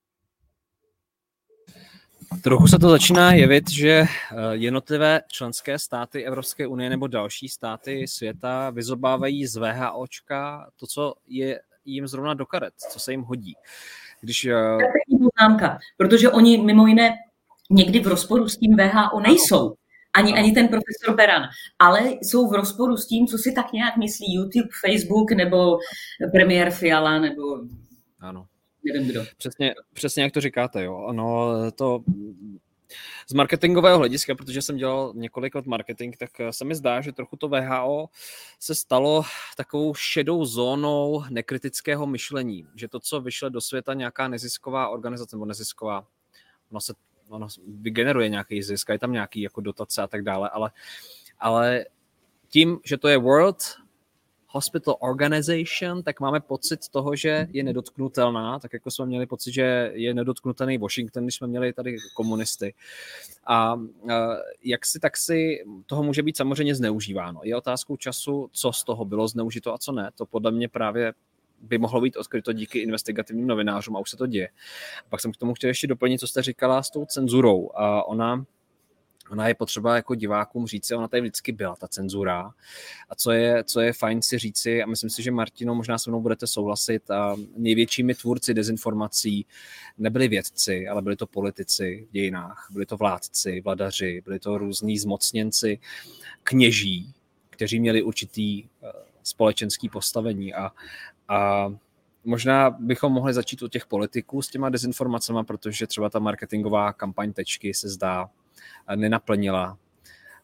Trochu se to začíná jevit, že jednotlivé členské státy Evropské unie nebo další státy světa vyzobávají z VHOčka to, co je jim zrovna do karet, co se jim hodí. Když... To je poznámka, protože oni mimo jiné někdy v rozporu s tím V H O nejsou. Ani, ani ten profesor Beran, ale jsou v rozporu s tím, co si tak nějak myslí YouTube, Facebook nebo premiér Fiala nebo ano. nevím kdo. Přesně, přesně jak to říkáte, jo. Ano, to z marketingového hlediska, protože jsem dělal několik let marketing, tak se mi zdá, že trochu to V H O se stalo takovou šedou zónou nekritického myšlení, že to, co vyšle do světa nějaká nezisková organizace nebo nezisková, ono se ono vygeneruje nějaký zisk, je tam nějaký jako dotace a tak dále, ale, ale tím, že to je World Hospital Organization, tak máme pocit toho, že je nedotknutelná, tak jako jsme měli pocit, že je nedotknutelný Washington, když jsme měli tady komunisty. A jak si tak si toho může být samozřejmě zneužíváno. Je otázkou času, co z toho bylo zneužito a co ne. To podle mě právě by mohlo být odkryto díky investigativním novinářům a už se to děje. Pak jsem k tomu chtěl ještě doplnit, co jste říkala s tou cenzurou. A ona, ona je potřeba jako divákům říci, ona tady vždycky byla, ta cenzura. A co je, co je fajn si říci, a myslím si, že Martino, možná se mnou budete souhlasit, a největšími tvůrci dezinformací nebyli vědci, ale byli to politici v dějinách, byli to vládci, vladaři, byli to různí zmocněnci, kněží, kteří měli určitý společenský postavení a A možná bychom mohli začít od těch politiků s těma dezinformacemi, protože třeba ta marketingová kampaň Tečky se zdá nenaplnila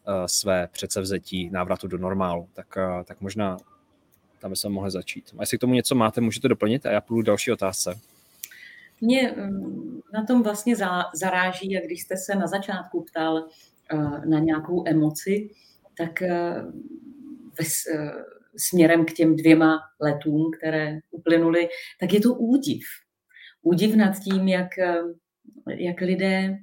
své předsevzetí návratu do normálu. Tak, tak možná tam bychom mohli začít. A jestli k tomu něco máte, můžete doplnit a já půjdu další otázce. Mě na tom vlastně zaráží, jak když jste se na začátku ptal na nějakou emoci, tak směrem k těm dvěma letům, které uplynuly, tak je to údiv. Údiv nad tím, jak, jak lidé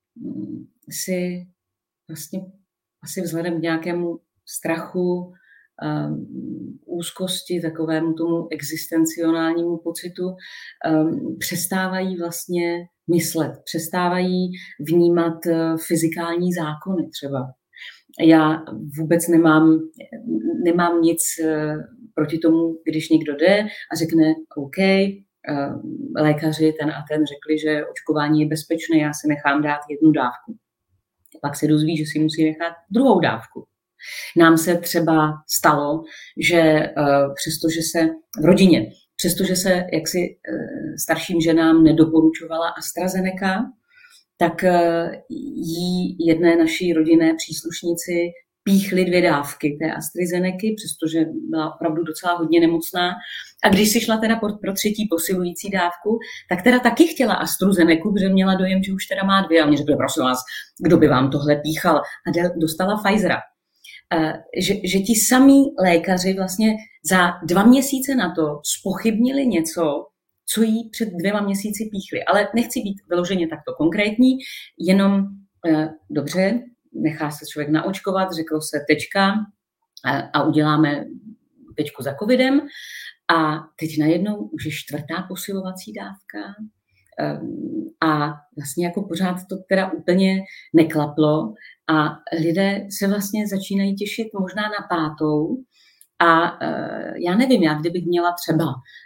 si vlastně asi vzhledem k nějakému strachu, um, úzkosti, takovému tomu existencionálnímu pocitu, um, přestávají vlastně myslet, přestávají vnímat uh, fyzikální zákony třeba. Já vůbec nemám, nemám nic uh, proti tomu, když někdo jde a řekne OK, uh, lékaři ten a ten řekli, že očkování je bezpečné, já si nechám dát jednu dávku. Pak se dozví, že si musí nechat druhou dávku. Nám se třeba stalo, že uh, přestože se v rodině, přestože se jaksi uh, starším ženám nedoporučovala AstraZeneca, tak uh, jí jedné naší rodinné příslušníci píchli dvě dávky té AstraZenecy, přestože byla opravdu docela hodně nemocná. A když si šla teda pro, pro třetí posilující dávku, tak teda taky chtěla AstraZenecu, protože měla dojem, že už teda má dvě. A mě řekli, prosím vás, kdo by vám tohle píchal? A dostala Pfizera. Že, že ti samí lékaři vlastně za dva měsíce na to zpochybnili něco, co jí před dvěma měsíci píchli. Ale nechci být vyloženě takto konkrétní, jenom dobře, nechá se člověk naočkovat, řeklo se tečka a, a uděláme tečku za covidem. A teď najednou už je čtvrtá posilovací dávka a vlastně jako pořád to teda úplně neklaplo a lidé se vlastně začínají těšit možná na pátou a já nevím, já kdybych měla třeba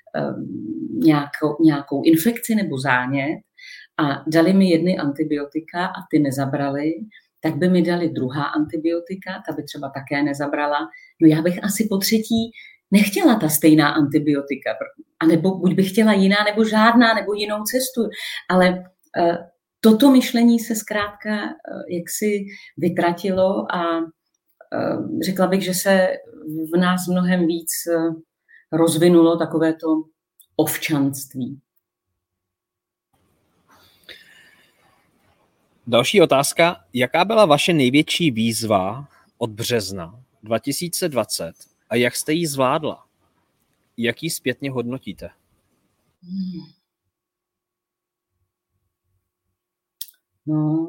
nějakou, nějakou infekci nebo zánět a dali mi jedny antibiotika a ty nezabrali, tak by mi dali druhá antibiotika, ta by třeba také nezabrala. No já bych asi po třetí nechtěla ta stejná antibiotika, a nebo buď bych chtěla jiná, nebo žádná, nebo jinou cestu, ale uh, toto myšlení se zkrátka uh, jaksi vytratilo a uh, řekla bych, že se v nás mnohem víc uh, rozvinulo takovéto ovčanství. Další otázka. Jaká byla vaše největší výzva od března dva tisíce dvacet a jak jste ji zvládla? Jak ji zpětně hodnotíte? Hmm. No,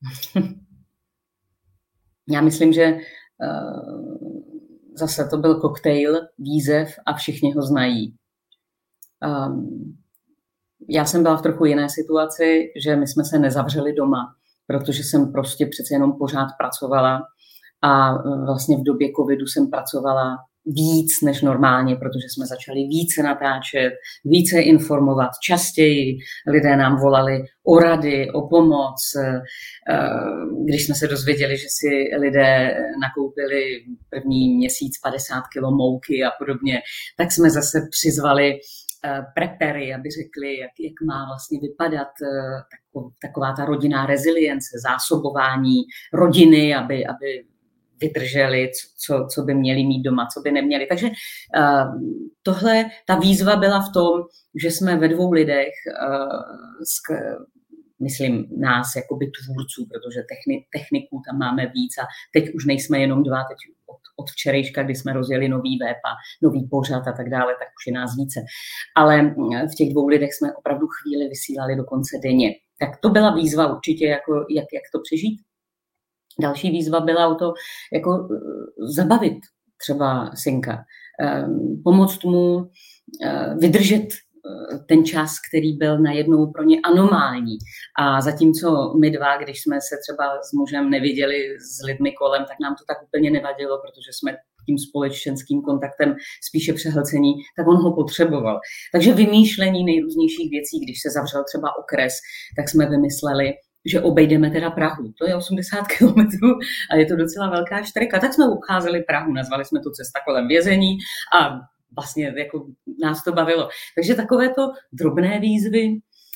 já myslím, že uh, zase to byl koktejl výzev a všichni ho znají. Um, já jsem byla v trochu jiné situaci, že my jsme se nezavřeli doma, protože jsem prostě přece jenom pořád pracovala a vlastně v době covidu jsem pracovala víc než normálně, protože jsme začali více natáčet, více informovat, častěji lidé nám volali o rady, o pomoc. Když jsme se dozvěděli, že si lidé nakoupili první měsíc padesát kilo mouky a podobně, tak jsme zase přizvali prepery, aby řekli, jak, jak má vlastně vypadat taková ta rodinná rezilience, zásobování rodiny, aby, aby vydrželi, co, co by měli mít doma, co by neměli. Takže uh, tohle, ta výzva byla v tom, že jsme ve dvou lidech, uh, sk, myslím nás jakoby tvůrců, protože techni, techniků tam máme víc a teď už nejsme jenom dva, teď od, od včerejška, kdy jsme rozjeli nový web a nový pořad a tak dále, tak už je nás více. Ale v těch dvou lidech jsme opravdu chvíli vysílali dokonce denně. Tak to byla výzva určitě, jako, jak, jak to přežít. Další výzva byla o to, jako zabavit třeba synka, pomoct mu vydržet ten čas, který byl najednou pro ně anomální. A zatímco my dva, když jsme se třeba s mužem neviděli s lidmi kolem, tak nám to tak úplně nevadilo, protože jsme tím společenským kontaktem spíše přehlcení, tak on ho potřeboval. Takže vymýšlení nejrůznějších věcí, když se zavřel třeba okres, tak jsme vymysleli, že obejdeme teda Prahu. To je osmdesát kilometrů a je to docela velká štreka. Tak jsme obcházeli Prahu, nazvali jsme to Cesta kolem vězení a vlastně jako nás to bavilo. Takže takovéto drobné výzvy,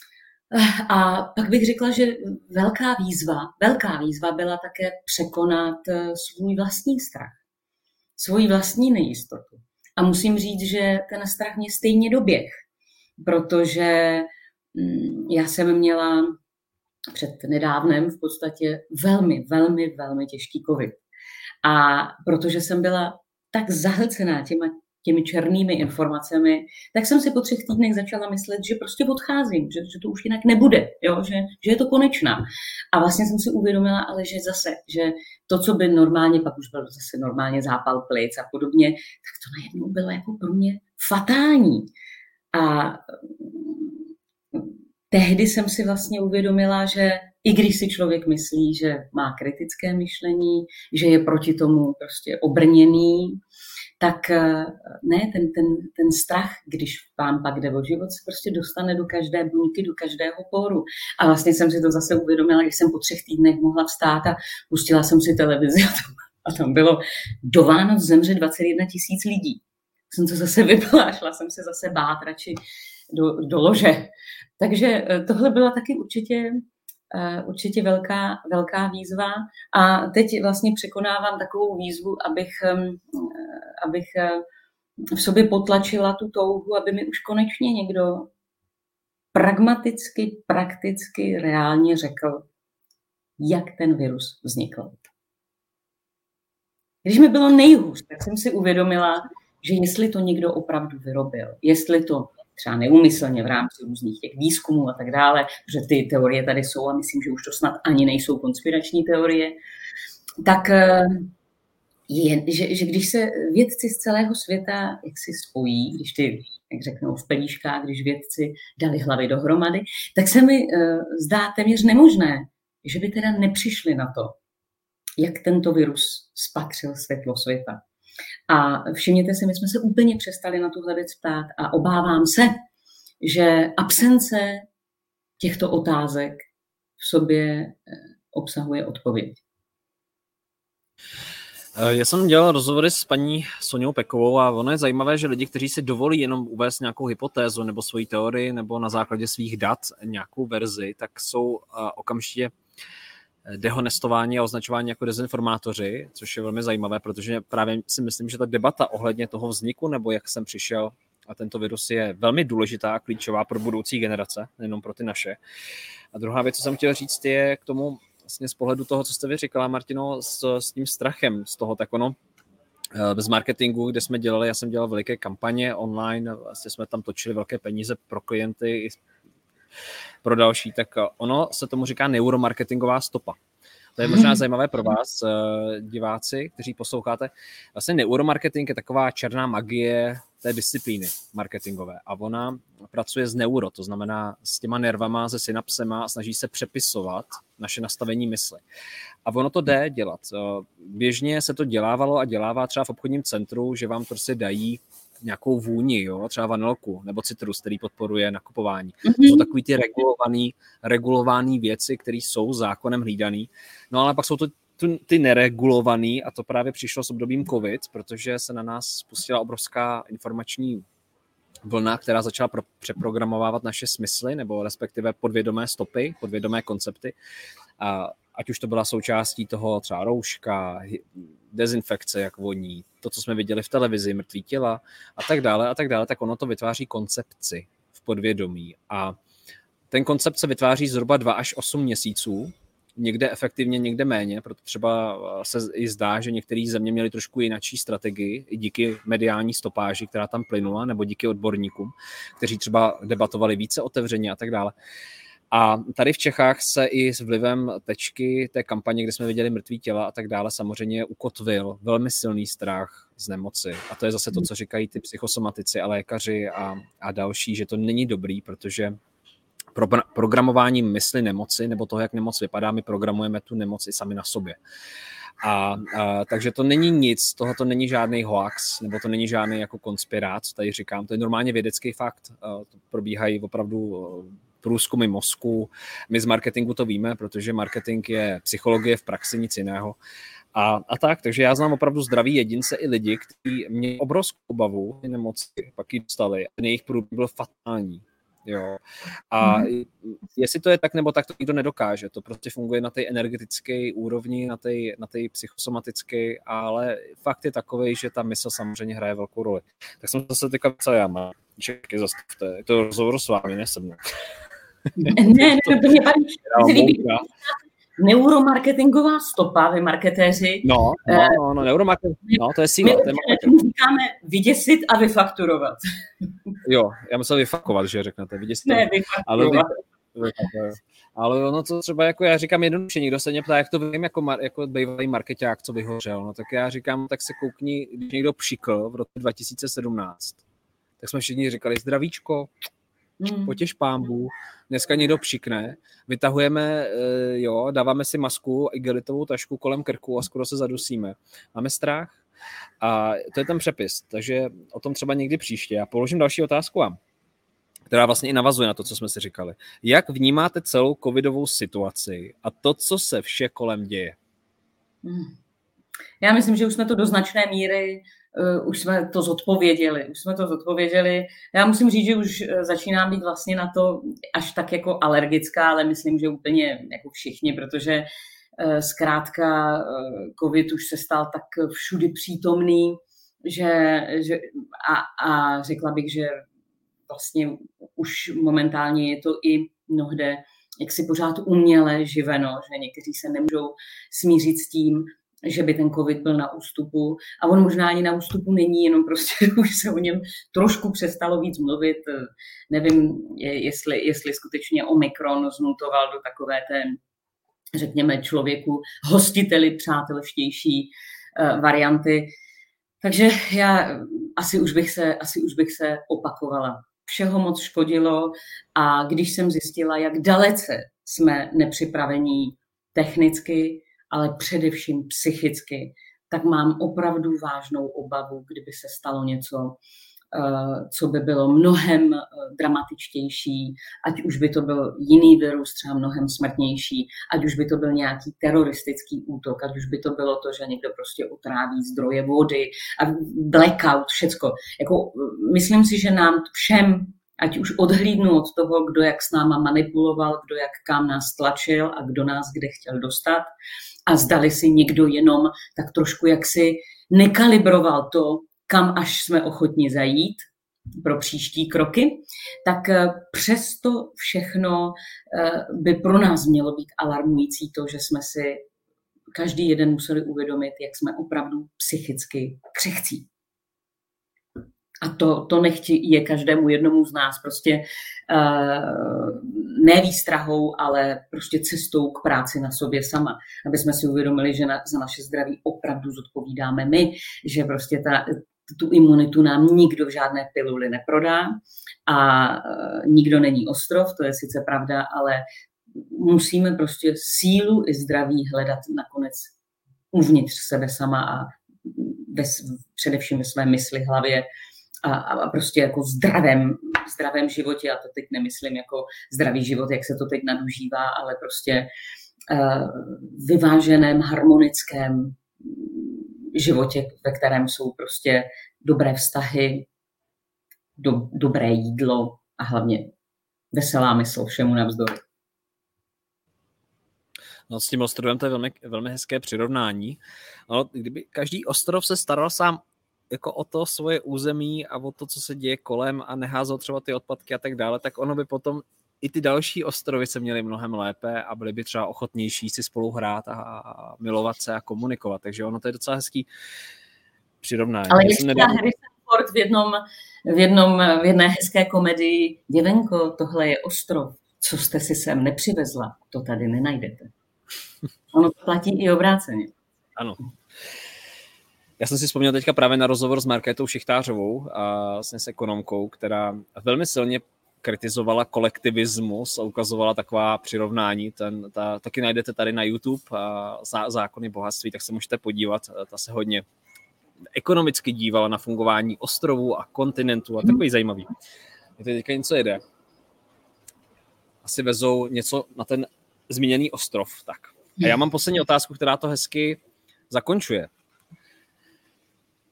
A pak bych řekla, že velká výzva, velká výzva byla také překonat svůj vlastní strach, svoji vlastní nejistotu. A musím říct, že ten strach mě stejně doběh, protože já jsem měla před nedávnem v podstatě velmi, velmi, velmi těžký covid. A protože jsem byla tak zahlcená těma, těmi černými informacemi, tak jsem si po třech týdnech začala myslet, že prostě odcházím, že, že to už jinak nebude, jo? Že, že je to konečná. A vlastně jsem si uvědomila, ale že zase, že to, co by normálně, pak už byl zase normálně zápal plic a podobně, tak to najednou bylo jako pro mě fatální. A tehdy jsem si vlastně uvědomila, že i když si člověk myslí, že má kritické myšlení, že je proti tomu prostě obrněný, tak ne, ten, ten, ten strach, když vám pak jde o život, se prostě dostane do každé buňky, do každého poru. A vlastně jsem si to zase uvědomila, když jsem po třech týdnech mohla vstát a pustila jsem si televizi a tam, a tam bylo do Vánoc zemře dvacet jedna tisíc lidí. Jsem to zase vypla a šla jsem se zase bát radši do, do lože. Takže tohle byla taky určitě, určitě velká, velká výzva. A teď vlastně překonávám takovou výzvu, abych, abych v sobě potlačila tu touhu, aby mi už konečně někdo pragmaticky, prakticky, reálně řekl, jak ten virus vznikl. Když mi bylo nejhůř, tak jsem si uvědomila, že jestli to někdo opravdu vyrobil, jestli to třeba neúmyslně v rámci různých těch výzkumů a tak dále, protože ty teorie tady jsou a myslím, že už to snad ani nejsou konspirační teorie, tak je, že, že když se vědci z celého světa jak si spojí, když ty, jak řeknou v pelíškách, když vědci dali hlavy dohromady, tak se mi uh, zdá téměř nemožné, že by teda nepřišli na to, jak tento virus spatřil světlo světa. A všimněte si, my jsme se úplně přestali na tuhle věc ptát a obávám se, že absence těchto otázek v sobě obsahuje odpověď. Já jsem dělal rozhovory s paní Soňou Pekovou a ono je zajímavé, že lidi, kteří si dovolí jenom uvést nějakou hypotézu nebo svoji teorii nebo na základě svých dat nějakou verzi, tak jsou okamžitě dehonestování a označování jako dezinformátoři, což je velmi zajímavé, protože právě si myslím, že ta debata ohledně toho vzniku nebo jak jsem přišel a tento virus je velmi důležitá a klíčová pro budoucí generace, nejenom pro ty naše. A druhá věc, co jsem chtěl říct, je k tomu vlastně z pohledu toho, co jste vy říkala, Martino, s, s tím strachem z toho, tak ono bez marketingu, kde jsme dělali, já jsem dělal veliké kampaně online, vlastně jsme tam točili velké peníze pro klienty i pro další, tak ono se tomu říká neuromarketingová stopa. To je možná zajímavé pro vás, diváci, kteří posloucháte. Vlastně neuromarketing je taková černá magie té disciplíny marketingové a ona pracuje s neuro, to znamená s těma nervama, se synapsema a snaží se přepisovat naše nastavení mysli. A ono to jde dělat. Běžně se to dělávalo a dělává třeba v obchodním centru, že vám prostě dají nějakou vůni, jo? Třeba vanilku nebo citrus, který podporuje nakupování. Mm-hmm. To jsou takový ty regulovaný, regulovaný věci, které jsou zákonem hlídaný. No ale pak jsou to ty neregulovaný a to právě přišlo s obdobím covid, protože se na nás spustila obrovská informační vlna, která začala pro, přeprogramovávat naše smysly nebo respektive podvědomé stopy, podvědomé koncepty. A ať už to byla součástí toho třeba rouška, dezinfekce, jak voní, to, co jsme viděli v televizi, mrtvý těla a tak dále a tak dále, tak ono to vytváří koncepci v podvědomí. A ten koncept se vytváří zhruba dva až osm měsíců, někde efektivně, někde méně, proto třeba se i zdá, že některé země měly trošku jinačí strategii, i díky mediální stopáži, která tam plynula, nebo díky odborníkům, kteří třeba debatovali více otevřeně a tak dále. A tady v Čechách se i s vlivem tečky té kampaně, kde jsme viděli mrtvý těla a tak dále, samozřejmě ukotvil velmi silný strach z nemoci. A to je zase to, co říkají ty psychosomatici a lékaři a, a další, že to není dobrý, protože pro, programování mysli nemoci nebo toho, jak nemoc vypadá, my programujeme tu nemoc i sami na sobě. A, a takže to není nic, tohle to není žádný hoax, nebo to není žádný jako konspirát, co tady říkám, to je normálně vědecký fakt. To probíhají opravdu průzkumy mozku. My z marketingu to víme, protože marketing je psychologie v praxi, nic jiného. A, a tak, takže já znám opravdu zdraví jedince i lidi, kteří měli obrovskou obavu nemoci, pak ji dostali a jejich průběh byl fatální. Jo. A jestli to je tak, nebo tak, to nikdo nedokáže. To prostě funguje na té energetické úrovni, na té na té psychosomatické, ale fakt je takový, že ta mysl samozřejmě hraje velkou roli. Tak jsem zase teďka psal já, má. Čeky, zastavte. Je to rozhovor s vámi, ne se mnou. Ne, ne, ne, to mě baví. Neuromarketingová stopa, vy marketéři. No, no, no, no neuromarketing, no, to je síla. My to říkáme vyděsit a vyfakturovat. Jo, já musel vyfakovat, že řeknete, vyděsit. Ne, vyfakturovat. Ale, ale ono to třeba, jako já říkám jednoduše, někdo se mě ptá, jak to vím, jako, mar, jako bývalý markeťák, co vyhořel, no tak já říkám, tak se koukni, když někdo pšikl v roce dva tisíce sedmnáct, tak jsme všichni říkali, zdravíčko, hmm. potěš pámbu, dneska někdo pšikne, vytahujeme, jo, dáváme si masku, igelitovou tašku kolem krku a skoro se zadusíme. Máme strach a to je ten přepis, takže o tom třeba někdy příště. Já položím další otázku vám, která vlastně i navazuje na to, co jsme si říkali. Jak vnímáte celou covidovou situaci a to, co se vše kolem děje? Hmm. Já myslím, že už jsme to do značné míry Uh, už jsme to zodpověděli, už jsme to zodpověděli. Já musím říct, že už začínám být vlastně na to až tak jako alergická, ale myslím, že úplně jako všichni, protože uh, zkrátka uh, covid už se stal tak všudy přítomný, že, že a, a řekla bych, že vlastně už momentálně je to i mnohde jaksi pořád uměle živeno, že někteří se nemůžou smířit s tím, že by ten covid byl na ústupu. A on možná ani na ústupu není, jenom prostě už se o něm trošku přestalo víc mluvit. Nevím, jestli, jestli skutečně Omikron zmutoval do takové té, řekněme, člověku hostiteli přátelštější uh, varianty. Takže já asi už bych se, asi už bych se opakovala. Všeho moc škodilo a když jsem zjistila, jak dalece jsme nepřipravení technicky, ale především psychicky, tak mám opravdu vážnou obavu, kdyby se stalo něco, co by bylo mnohem dramatičtější, ať už by to byl jiný virus, třeba mnohem smrtnější, ať už by to byl nějaký teroristický útok, ať už by to bylo to, že někdo prostě otráví zdroje vody a blackout, všecko. Jako, myslím si, že nám všem, ať už odhlídnu od toho, kdo jak s náma manipuloval, kdo jak kam nás tlačil a kdo nás kde chtěl dostat, a zdali si někdo jenom tak trošku jaksi nekalibroval to, kam až jsme ochotni zajít pro příští kroky, tak přesto všechno by pro nás mělo být alarmující to, že jsme si každý jeden museli uvědomit, jak jsme opravdu psychicky křehcí. A to, to nechti je každému jednomu z nás prostě uh, ne výstrahou, ale prostě cestou k práci na sobě sama. Aby jsme si uvědomili, že na, za naše zdraví opravdu zodpovídáme my, že prostě ta, tu imunitu nám nikdo v žádné piluli neprodá a uh, nikdo není ostrov, to je sice pravda, ale musíme prostě sílu i zdraví hledat nakonec uvnitř sebe sama a ve, především ve své mysli, hlavě, A, a prostě jako zdravém, zdravém životě, a to teď nemyslím jako zdravý život, jak se to teď nadužívá, ale prostě uh, vyváženém, harmonickém životě, ve kterém jsou prostě dobré vztahy, do, dobré jídlo a hlavně veselá mysl všemu navzdory. No, s tím ostrovem to je velmi, velmi hezké přirovnání. No, kdyby každý ostrov se staral sám jako o to svoje území a o to, co se děje kolem a neházel třeba ty odpadky a tak dále, tak ono by potom i ty další ostrovy se měly mnohem lépe a byly by třeba ochotnější si spolu hrát a, a milovat se a komunikovat. Takže ono to je docela hezký přirovnání. Ale ještě nedal... Harrison Ford v jednom, v jednom, v jedné hezké komedii: Děvenko, tohle je ostrov, co jste si sem nepřivezla, to tady nenajdete. Ono to platí i obráceně. Ano. Já jsem si vzpomněl teďka právě na rozhovor s Markétou Šichtářovou a vlastně s ekonomkou, která velmi silně kritizovala kolektivismus a ukazovala taková přirovnání. Ten, ta, taky najdete tady na YouTube a zá, Zákony bohatství, tak se můžete podívat. Ta se hodně ekonomicky dívala na fungování ostrovů a kontinentů a takový zajímavý. Je to teďka něco jede. Asi vezou něco na ten zmíněný ostrov. Tak. A já mám poslední otázku, která to hezky zakončuje.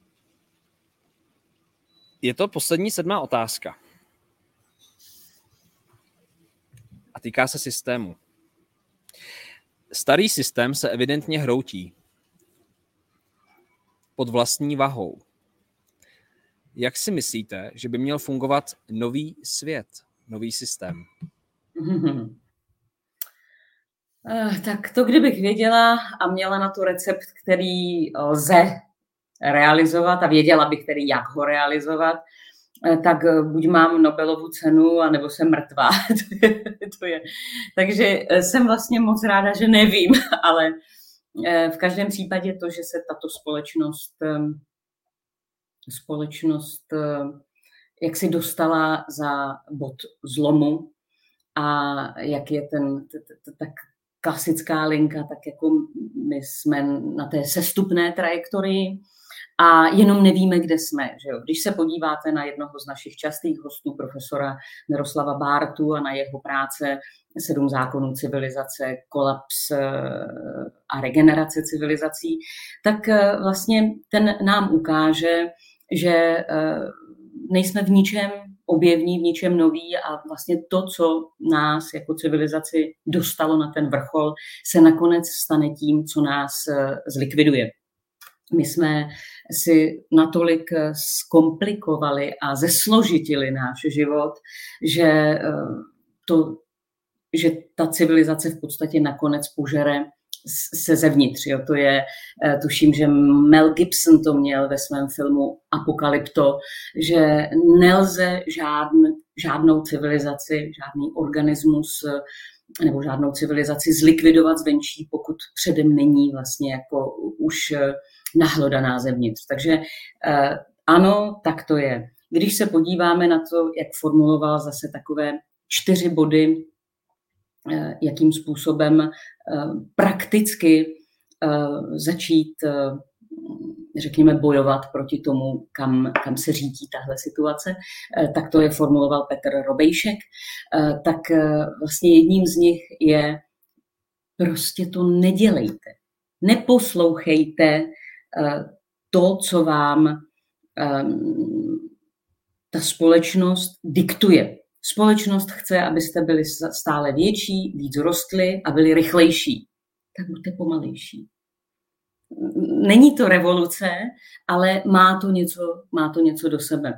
Je to poslední sedmá otázka. a týká se systému. Starý systém se evidentně hroutí pod vlastní vahou. Jak si myslíte, že by měl fungovat nový svět, nový systém? Mm-hmm. Tak to, kdybych věděla a měla na to recept, který lze realizovat a věděla bych tedy, jak ho realizovat, tak buď mám Nobelovu cenu, anebo jsem mrtvá. to je, to je. Takže jsem vlastně moc ráda, že nevím, ale v každém případě to, že se tato společnost, společnost jak si dostala za bod zlomu a jak je ten tak klasická linka, tak jako my jsme na té sestupné trajektorii a jenom nevíme, kde jsme. Že jo? Když se podíváte na jednoho z našich častých hostů, profesora Miroslava Bártu a na jeho práce Sedm zákonů civilizace, kolaps a regenerace civilizací, tak vlastně ten nám ukáže, že nejsme v ničem objevní, v ničem noví a vlastně to, co nás jako civilizaci dostalo na ten vrchol, se nakonec stane tím, co nás zlikviduje. My jsme si natolik zkomplikovali a zesložitili náš život, že, to, že ta civilizace v podstatě nakonec požere se zevnitř. Jo. To je, tuším, že Mel Gibson to měl ve svém filmu Apokalypto, že nelze žádn, žádnou civilizaci, žádný organismus nebo žádnou civilizaci zlikvidovat zvenčí, pokud předem není vlastně jako už nahlodaná zevnitř. Takže ano, tak to je. Když se podíváme na to, jak formuloval zase takové čtyři body, jakým způsobem prakticky začít, řekněme, bojovat proti tomu, kam, kam se řítí tahle situace, tak to je formuloval Petr Robejšek. Tak vlastně jedním z nich je prostě to nedělejte. Neposlouchejte to, co vám ta společnost diktuje. Společnost chce, abyste byli stále větší, víc rostli a byli rychlejší. Tak buďte pomalejší. Není to revoluce, ale má to něco, má to něco do sebe.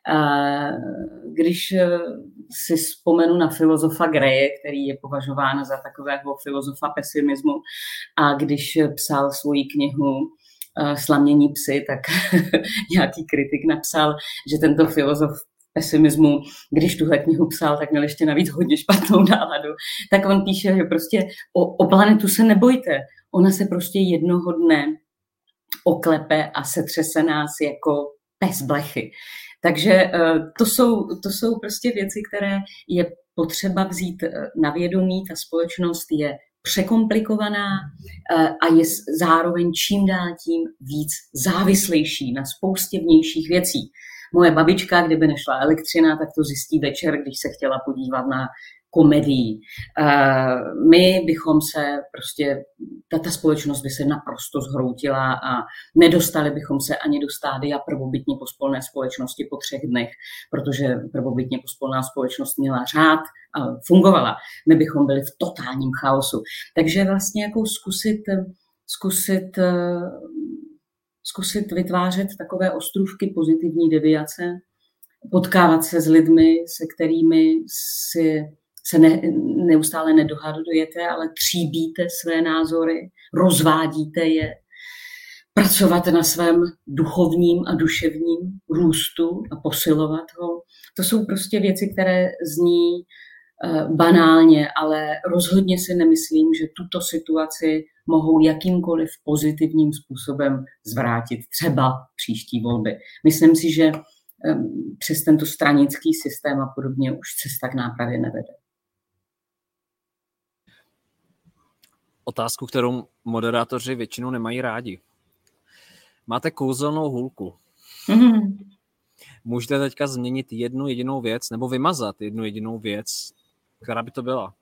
Když si vzpomenu na filozofa Greje, který je považován za takového filozofa pesimismu, a když psal svoji knihu Slamění psy, tak nějaký kritik napsal, že tento filozof pesimismu, když tuhle knihu psal, tak měl ještě navíc hodně špatnou náladu. Tak on píše, že prostě o, o planetu se nebojte. Ona se prostě jednoho dne oklepe a setřese nás jako pes blechy. Takže to jsou, to jsou prostě věci, které je potřeba vzít na vědomí. Ta společnost je překomplikovaná a je zároveň čím dál tím víc závislejší na spoustě vnějších věcí. Moje babička, kdyby nešla elektřina, tak to zjistí večer, když se chtěla podívat na komedii. My bychom se prostě, ta společnost by se naprosto zhroutila a nedostali bychom se ani do stádia prvobytně pospolné společnosti po třech dnech, protože prvobytně pospolná společnost měla řád a fungovala. My bychom byli v totálním chaosu. Takže vlastně jako zkusit, zkusit zkusit vytvářet takové ostrůvky pozitivní deviace, potkávat se s lidmi, se kterými si, se ne, neustále nedohadujete, ale tříbíte své názory, rozvádíte je, pracovat na svém duchovním a duševním růstu a posilovat ho. To jsou prostě věci, které zní banálně, ale rozhodně si nemyslím, že tuto situaci mohou jakýmkoliv pozitivním způsobem zvrátit třeba příští volby. Myslím si, že přes tento stranický systém a podobně už cesta k nápravě nevede. Otázku, kterou moderátoři většinou nemají rádi. Máte kouzelnou hůlku. Mm-hmm. Můžete teďka změnit jednu jedinou věc nebo vymazat jednu jedinou věc, která by to byla?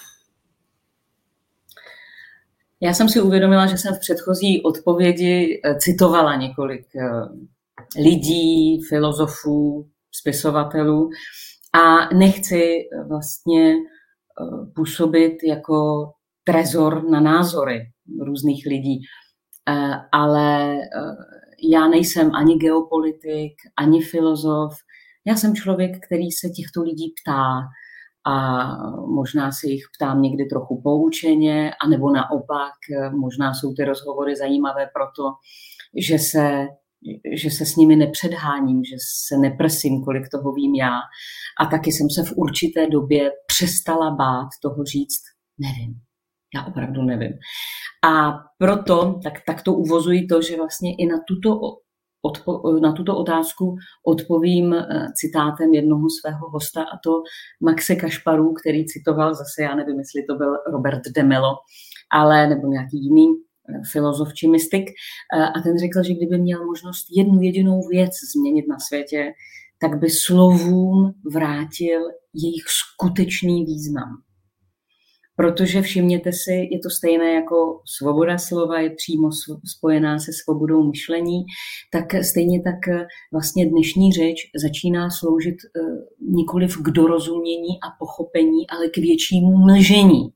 Já jsem si uvědomila, že jsem v předchozí odpovědi citovala několik lidí, filozofů, spisovatelů a nechci vlastně působit jako trezor na názory různých lidí. Ale já nejsem ani geopolitik, ani filozof. Já jsem člověk, který se těchto lidí ptá a možná si jich ptám někdy trochu poučeně, anebo naopak, možná jsou ty rozhovory zajímavé proto, že se, že se s nimi nepředháním, že se neprsím, kolik toho vím já. A taky jsem se v určité době přestala bát toho říct, nevím. Já opravdu nevím. A proto tak, tak to uvozuji to, že vlastně i na tuto, odpo, na tuto otázku odpovím citátem jednoho svého hosta, a to Maxe Kašparu, který citoval zase, já nevím, jestli to byl Robert de Mello, ale nebo nějaký jiný filozof či mystik. A ten řekl, že kdyby měl možnost jednu jedinou věc změnit na světě, tak by slovům vrátil jejich skutečný význam. Protože všimněte si, je to stejné jako svoboda slova, je přímo spojená se svobodou myšlení, tak stejně tak vlastně dnešní řeč začíná sloužit nikoliv k dorozumění a pochopení, ale k většímu mlžení.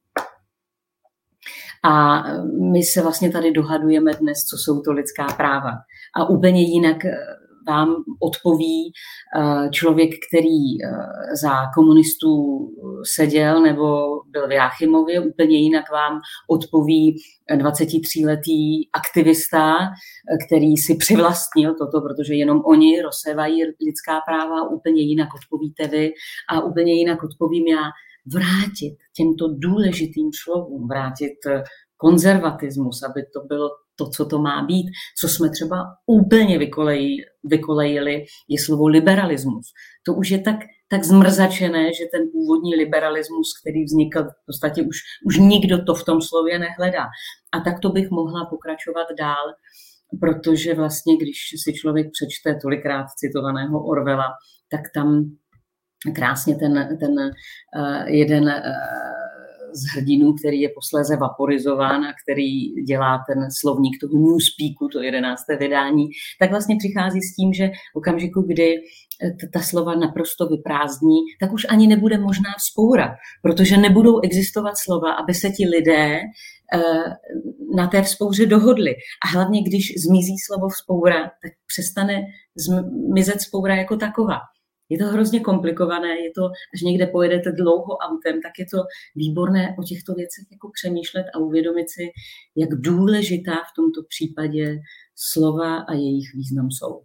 A my se vlastně tady dohadujeme dnes, co jsou to lidská práva. A úplně jinak vám odpoví člověk, který za komunistů seděl nebo byl v Jáchymově, úplně jinak vám odpoví dvacetitříletý aktivista, který si přivlastnil toto, protože jenom oni rozsévají lidská práva, úplně jinak odpovíte vy a úplně jinak odpovím já. Vrátit těmto důležitým slovům, vrátit konzervatismus, aby to bylo to, co to má být. Co jsme třeba úplně vykolejili, vykolejili, je slovo liberalismus. To už je tak, tak zmrzačené, že ten původní liberalismus, který vznikl, v podstatě už, už nikdo to v tom slově nehledá. A tak to bych mohla pokračovat dál, protože vlastně, když si člověk přečte tolikrát citovaného Orwella, tak tam krásně ten, ten uh, jeden uh, z hrdinů, který je posléze vaporizován a který dělá ten slovník toho Newspeaku, to jedenácté vydání, tak vlastně přichází s tím, že v okamžiku, kdy ta slova naprosto vyprázdní, tak už ani nebude možná vzpoura, protože nebudou existovat slova, aby se ti lidé uh, na té vzpouře dohodli. A hlavně, když zmizí slovo vzpoura, tak přestane zmizet vzpoura jako taková. Je to hrozně komplikované, je to, až někde pojedete dlouho autem, tak je to výborné o těchto věcech jako přemýšlet a uvědomit si, jak důležitá v tomto případě slova a jejich význam jsou.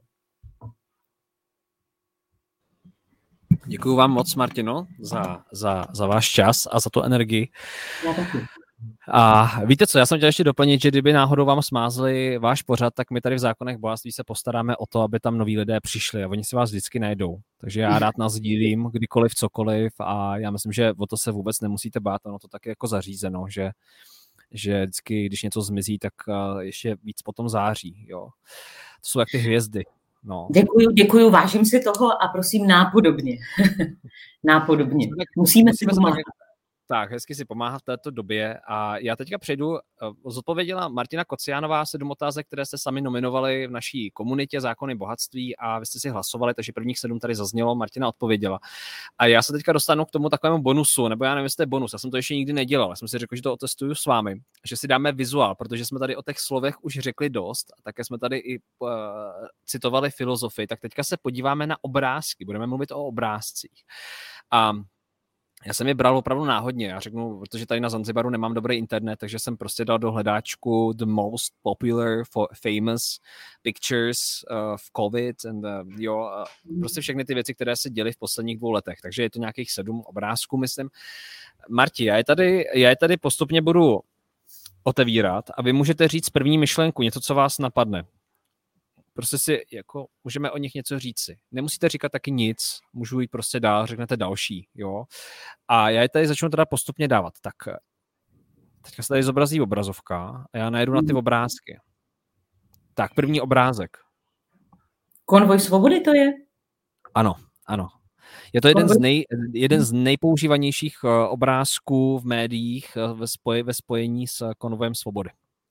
Děkuji vám moc, Martino, za, za, za váš čas a za tu energii. Já taky. A víte co, já jsem chtěl ještě doplnit, že kdyby náhodou vám smázli váš pořad, tak my tady v Zákonech bohatství se postaráme o to, aby tam noví lidé přišli a oni si vás vždycky najdou. Takže já rád nás sdílím, kdykoliv, cokoliv a já myslím, že o to se vůbec nemusíte bát, ono to tak je jako zařízeno, že, že vždycky, když něco zmizí, tak ještě víc potom září. Jo. To jsou jak ty hvězdy. No. Děkuju, děkuju, vážím si toho a prosím nápodobně. nápodobně. Musíme, Musíme si pomáhat. Tak, hezky si pomáhat v této době a já teďka přejdu, zodpověděla Martina Kociánová sedm otázek, které jste sami nominovali v naší komunitě Zákony bohatství a vy jste si hlasovali, takže prvních sedm tady zaznělo, Martina odpověděla. A já se teďka dostanu k tomu takovému bonusu, nebo já nevím, jestli to je bonus, já jsem to ještě nikdy nedělal, já jsem si řekl, že to otestuju s vámi, že si dáme vizuál, protože jsme tady o těch slovech už řekli dost a také jsme tady i uh, citovali filozofii, tak teďka se podíváme na obrázky, budeme mluvit o obrázcích. A já jsem je bral opravdu náhodně, já řeknu, protože tady na Zanzibaru nemám dobrý internet, takže jsem prostě dal do hledáčku the most popular famous pictures uh, v COVID and uh, jo, uh, prostě všechny ty věci, které se děly v posledních dvou letech, takže je to nějakých sedm obrázků, myslím. Marti, já je tady, já je tady postupně budu otevírat a vy můžete říct první myšlenku, něco, co vás napadne. Prostě si jako můžeme o nich něco říci. Nemusíte říkat taky nic, můžu jít prostě dál, řeknete další, jo. A já je tady začnu teda postupně dávat. Tak teďka se tady zobrazí obrazovka a já najedu na ty obrázky. Tak, první obrázek. Konvoj svobody to je? Ano, ano. Je to jeden z, nej, jeden z nejpoužívanějších obrázků v médiích ve, spoje, ve spojení s konvojem svobody.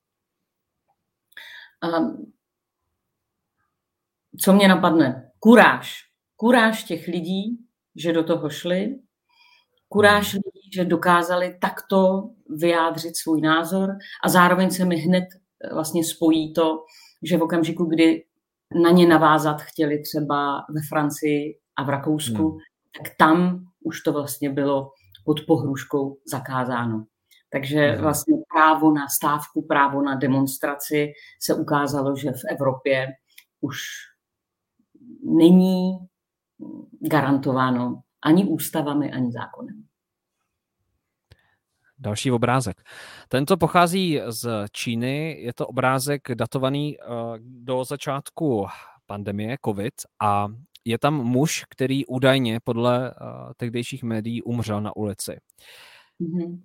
Um. Co mě napadne? Kuráž. Kuráž těch lidí, že do toho šli. Kuráž lidí, že dokázali takto vyjádřit svůj názor a zároveň se mi hned vlastně spojí to, že v okamžiku, kdy na ně navázat chtěli třeba ve Francii a v Rakousku, hmm. tak tam už to vlastně bylo pod pohrůžkou zakázáno. Takže hmm. vlastně právo na stávku, právo na demonstraci se ukázalo, že v Evropě už není garantováno ani ústavami, ani zákonem. Další obrázek. Tento pochází z Číny, je to obrázek datovaný do začátku pandemie COVID a je tam muž, který údajně podle tehdejších médií umřel na ulici. Mm-hmm.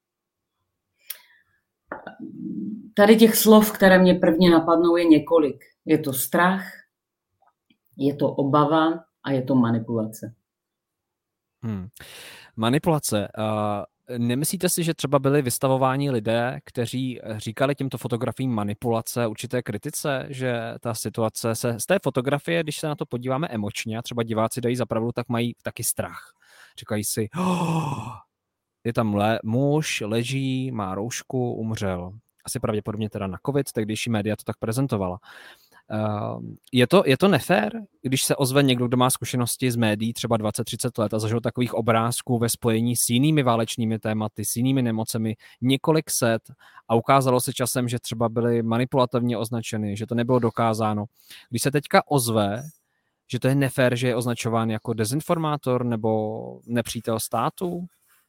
Tady těch slov, které mě prvně napadnou, je několik. Je to strach, je to obava a je to manipulace. Hmm. Manipulace. Uh, nemyslíte si, že třeba byli vystavováni lidé, kteří říkali těmto fotografiím manipulace, určité kritice, že ta situace se z té fotografie, když se na to podíváme emočně a třeba diváci dají za pravdu, tak mají taky strach. Říkají si, oh, je tam le- muž, leží, má roušku, umřel. Asi pravděpodobně teda na covid, tehdejší média to tak prezentovala. Uh, je to, je to nefér, když se ozve někdo, kdo má zkušenosti z médií třeba dvacet třicet let a zažil takových obrázků ve spojení s jinými válečnými tématy, s jinými nemocemi, několik set a ukázalo se časem, že třeba byly manipulativně označeny, že to nebylo dokázáno. Když se teďka ozve, že to je nefér, že je označován jako dezinformátor nebo nepřítel státu?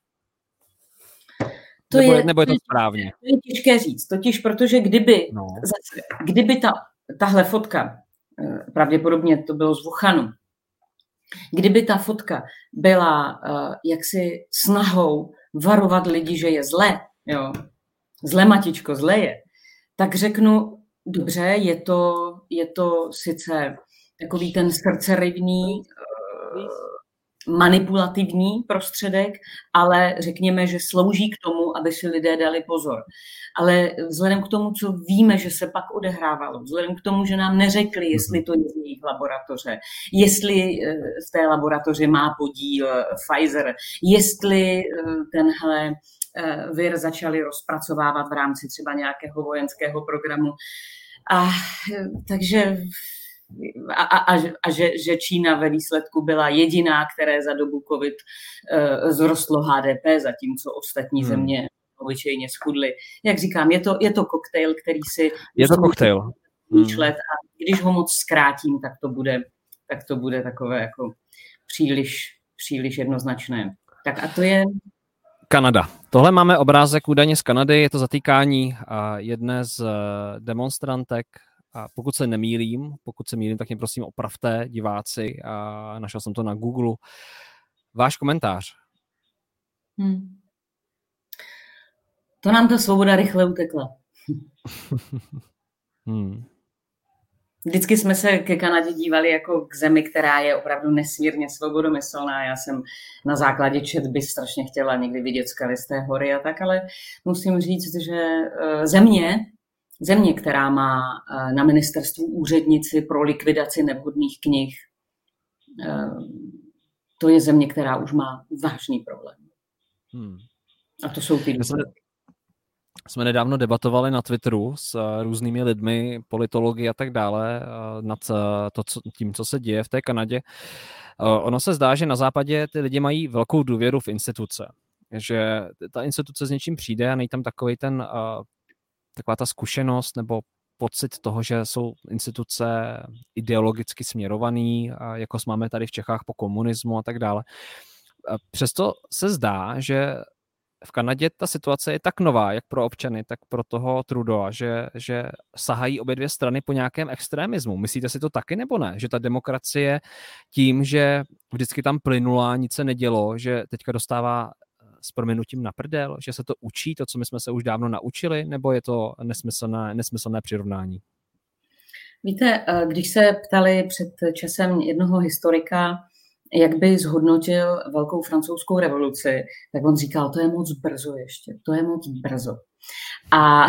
To nebo, je, nebo je to správně? To je těžké říct, totiž protože kdyby, no. zase, kdyby ta tahle fotka, pravděpodobně to bylo z Wuhanu, kdyby ta fotka byla uh, jaksi snahou varovat lidi, že je zle, jo, zle matičko, zle je, tak řeknu, dobře, je to, je to sice takový ten srdcerivný, uh, manipulativní prostředek, ale řekněme, že slouží k tomu, aby si lidé dali pozor. Ale vzhledem k tomu, co víme, že se pak odehrávalo, vzhledem k tomu, že nám neřekli, jestli to je z jejich laboratoře, jestli v té laboratoři má podíl Pfizer, jestli tenhle vir začali rozpracovávat v rámci třeba nějakého vojenského programu. A takže A, a, a že, že Čína ve výsledku byla jediná, které za dobu covid uh, zrostlo há dé pé, zatímco ostatní hmm. země obyčejně schudly. Jak říkám, je to, je to koktejl, který si... Je to koktejl. Myšlet a když ho moc zkrátím, tak to bude, tak to bude takové jako příliš, příliš jednoznačné. Tak a to je... Kanada. Tohle máme obrázek údajně z Kanady, je to zatýkání jedné z demonstrantek. A pokud se nemýlím, pokud se mýlím, tak mě prosím opravte, diváci, a našel jsem to na Google. Váš komentář? Hmm. To nám ta svoboda rychle utekla. hmm. Vždycky jsme se ke Kanadě dívali jako k zemi, která je opravdu nesmírně svobodomyslná. Já jsem na základě četby strašně chtěla někdy vidět skalisté hory a tak, ale musím říct, že země, Země, která má na ministerstvu úřednici pro likvidaci nevhodných knih, to je země, která už má vážný problém. Hmm. A to jsou ty důsledky. Jsme nedávno debatovali na Twitteru s různými lidmi, politology a tak dále, nad to, co, tím, co se děje v té Kanadě. Ono se zdá, že na západě ty lidi mají velkou důvěru v instituce. Že ta instituce s něčím přijde a nejde tam takovej ten... taková ta zkušenost nebo pocit toho, že jsou instituce ideologicky směrovaný, jako máme tady v Čechách po komunismu a tak dále. Přesto se zdá, že v Kanadě ta situace je tak nová, jak pro občany, tak pro toho Trudeau, že, že sahají obě dvě strany po nějakém extremismu. Myslíte si to taky nebo ne? Že ta demokracie tím, že vždycky tam plynula, nic se nedělo, že teďka dostává s prominutím na prdel, že se to učí, to, co my jsme se už dávno naučili, nebo je to nesmyslné, nesmyslné přirovnání? Víte, když se ptali před časem jednoho historika, jak by zhodnotil velkou francouzskou revoluci, tak on říkal, to je moc brzo ještě, to je moc brzo. A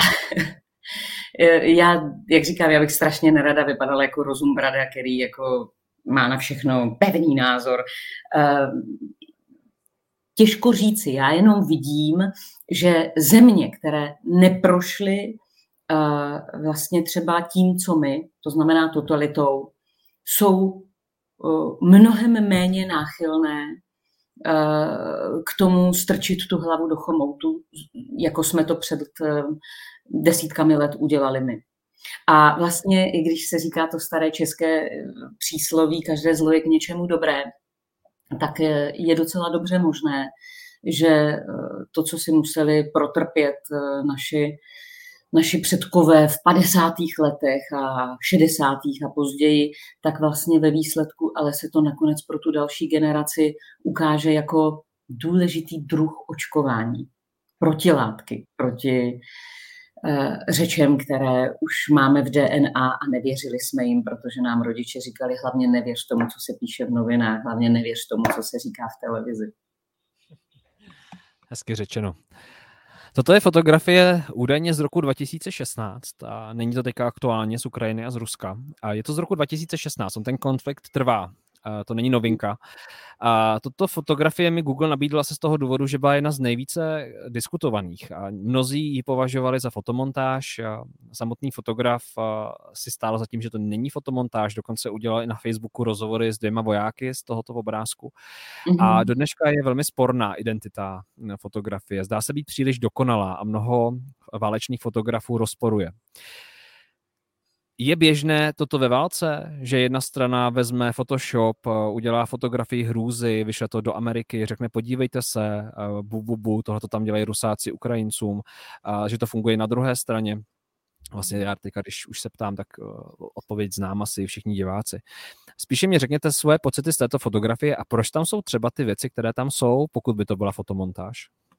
já, jak říkám, já bych strašně nerada vypadala jako rozumbrada, který jako má na všechno pevný názor. těžko říci. Já jenom vidím, že země, které neprošly uh, vlastně třeba tím, co my, to znamená totalitou, jsou uh, mnohem méně náchylné uh, k tomu strčit tu hlavu do chomoutu, jako jsme to před uh, desítkami let udělali my. A vlastně, i když se říká to staré české přísloví, každé zlo je k něčemu dobré, tak je docela dobře možné, že to, co si museli protrpět naši, naši předkové v padesátých letech a šedesátých a později, tak vlastně ve výsledku, ale se to nakonec pro tu další generaci ukáže jako důležitý druh očkování. Protilátky proti řečem, které už máme v D N A a nevěřili jsme jim, protože nám rodiče říkali, hlavně nevěř tomu, co se píše v novinách, hlavně nevěř tomu, co se říká v televizi. Hezky řečeno. Toto je fotografie údajně z roku dva tisíce šestnáct a není to teďka aktuálně z Ukrajiny a z Ruska. A je to z roku dva tisíce šestnáct, on ten konflikt trvá. A to není novinka. A toto fotografie mi Google nabídla se z toho důvodu, že byla jedna z nejvíce diskutovaných. A mnozí ji považovali za fotomontáž. A samotný fotograf si stál za tím, že to není fotomontáž. Dokonce udělal i na Facebooku rozhovory s dvěma vojáky z tohoto obrázku. Mm-hmm. A do dneška je velmi sporná identita fotografie. Zdá se být příliš dokonalá a mnoho válečných fotografů rozporuje. Je běžné toto ve válce, že jedna strana vezme Photoshop, udělá fotografii hrůzy, vyšle to do Ameriky, řekne podívejte se, bu, bu, bu, tohle to tam dělají Rusáci Ukrajincům, že to funguje na druhé straně. Vlastně já teďka, když už se ptám, tak odpověď znám asi všichni diváci. Spíše mi řekněte svoje pocity z této fotografie a proč tam jsou třeba ty věci, které tam jsou, pokud by to byla fotomontáž?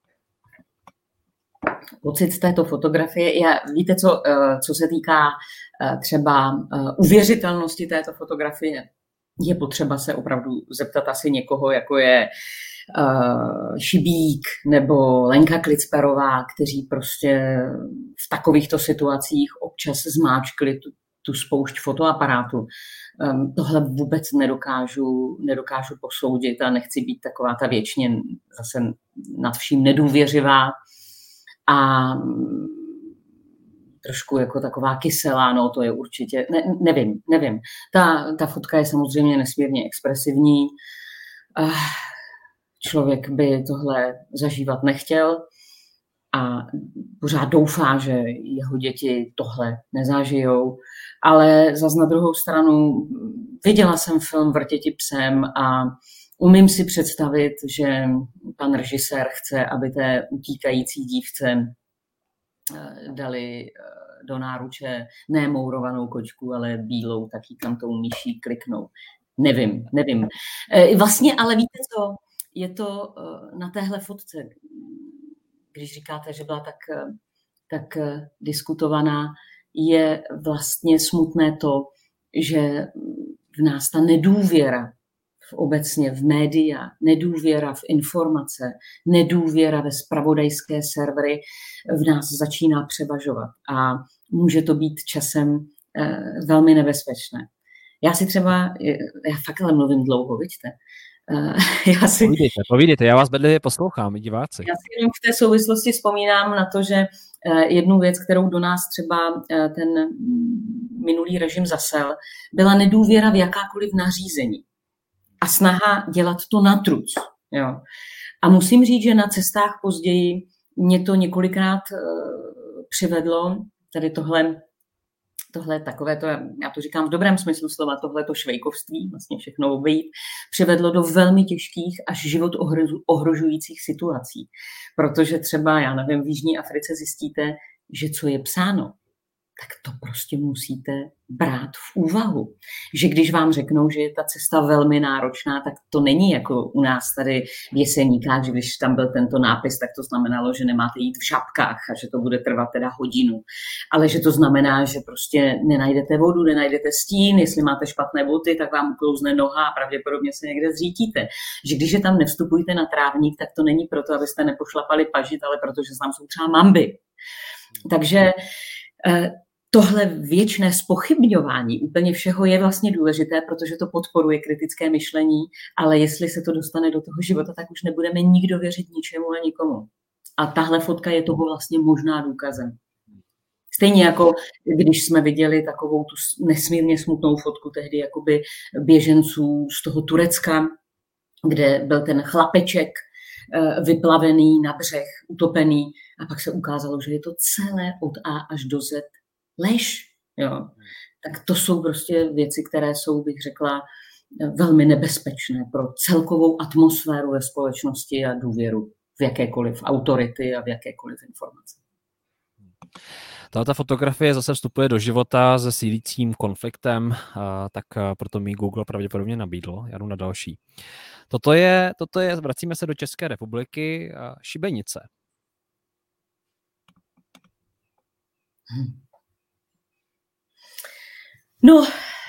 Pocit z této fotografie, já, víte co, co se týká třeba uvěřitelnosti této fotografie, je potřeba se opravdu zeptat asi někoho, jako je uh, Šibík nebo Lenka Klicperová, kteří prostě v takovýchto situacích občas zmáčkli tu, tu spoušť fotoaparátu. Um, tohle vůbec nedokážu, nedokážu posoudit a nechci být taková ta věčně zase nad vším nedůvěřivá a trošku jako taková kyselá, no to je určitě, ne, nevím, nevím. Ta, ta fotka je samozřejmě nesmírně expresivní. Člověk by tohle zažívat nechtěl a pořád doufá, že jeho děti tohle nezažijou. Ale zas na druhou stranu viděla jsem film Vrtěti psem a umím si představit, že pan režisér chce, aby té utíkající dívce dali do náruče ne mourovanou kočku, ale bílou, tak jí tam tou myší kliknou. Nevím, nevím. Vlastně, ale víte co, je to na téhle fotce, když říkáte, že byla tak, tak diskutovaná, je vlastně smutné to, že v nás ta nedůvěra obecně v média, nedůvěra v informace, nedůvěra ve zpravodajské servery v nás začíná převažovat a může to být časem eh, velmi nebezpečné. Já si třeba, já fakt ale mluvím dlouho, vidíte? Eh, já si, povídejte, povídejte, já vás bedlivě poslouchám, diváci. Já si jenom v té souvislosti vzpomínám na to, že eh, jednu věc, kterou do nás třeba eh, ten minulý režim zasel, byla nedůvěra v jakákoliv nařízení. A snaha dělat to na truc. Jo. A musím říct, že na cestách později mě to několikrát uh, přivedlo, tady tohle, tohle takové, to, já to říkám v dobrém smyslu slova, tohle to švejkovství, vlastně všechno obejít, přivedlo do velmi těžkých až život ohrožujících situací. Protože třeba, já nevím, v Jižní Africe zjistíte, že co je psáno, tak to prostě musíte brát v úvahu. Že když vám řeknou, že je ta cesta velmi náročná, tak to není jako u nás tady v Jeseníkách, že když tam byl tento nápis, tak to znamenalo, že nemáte jít v žabkách a že to bude trvat teda hodinu. Ale že to znamená, že prostě nenajdete vodu, nenajdete stín, jestli máte špatné boty, tak vám uklouzne noha a pravděpodobně se někde zřítíte. Že když je tam nevstupujte na trávník, tak to není proto, abyste nepošlapali pažit, ale protože tam jsou třeba mamby. Takže tohle věčné zpochybňování úplně všeho je vlastně důležité, protože to podporuje kritické myšlení, ale jestli se to dostane do toho života, tak už nebudeme nikdo věřit ničemu a nikomu. A tahle fotka je toho vlastně možná důkazem. Stejně jako když jsme viděli takovou tu nesmírně smutnou fotku tehdy jakoby běženců z toho Turecka, kde byl ten chlapeček vyplavený na břeh, utopený, a pak se ukázalo, že je to celé od A až do Z lež. Jo. Tak to jsou prostě věci, které jsou, bych řekla, velmi nebezpečné pro celkovou atmosféru ve společnosti a důvěru v jakékoliv autority a v jakékoliv informace. Tato fotografie zase vstupuje do života se sílícím konfliktem, tak proto mi Google pravděpodobně nabídl. Já jdu na další. Toto je, toto je, vracíme se do České republiky, Šibenice. Hmm. No,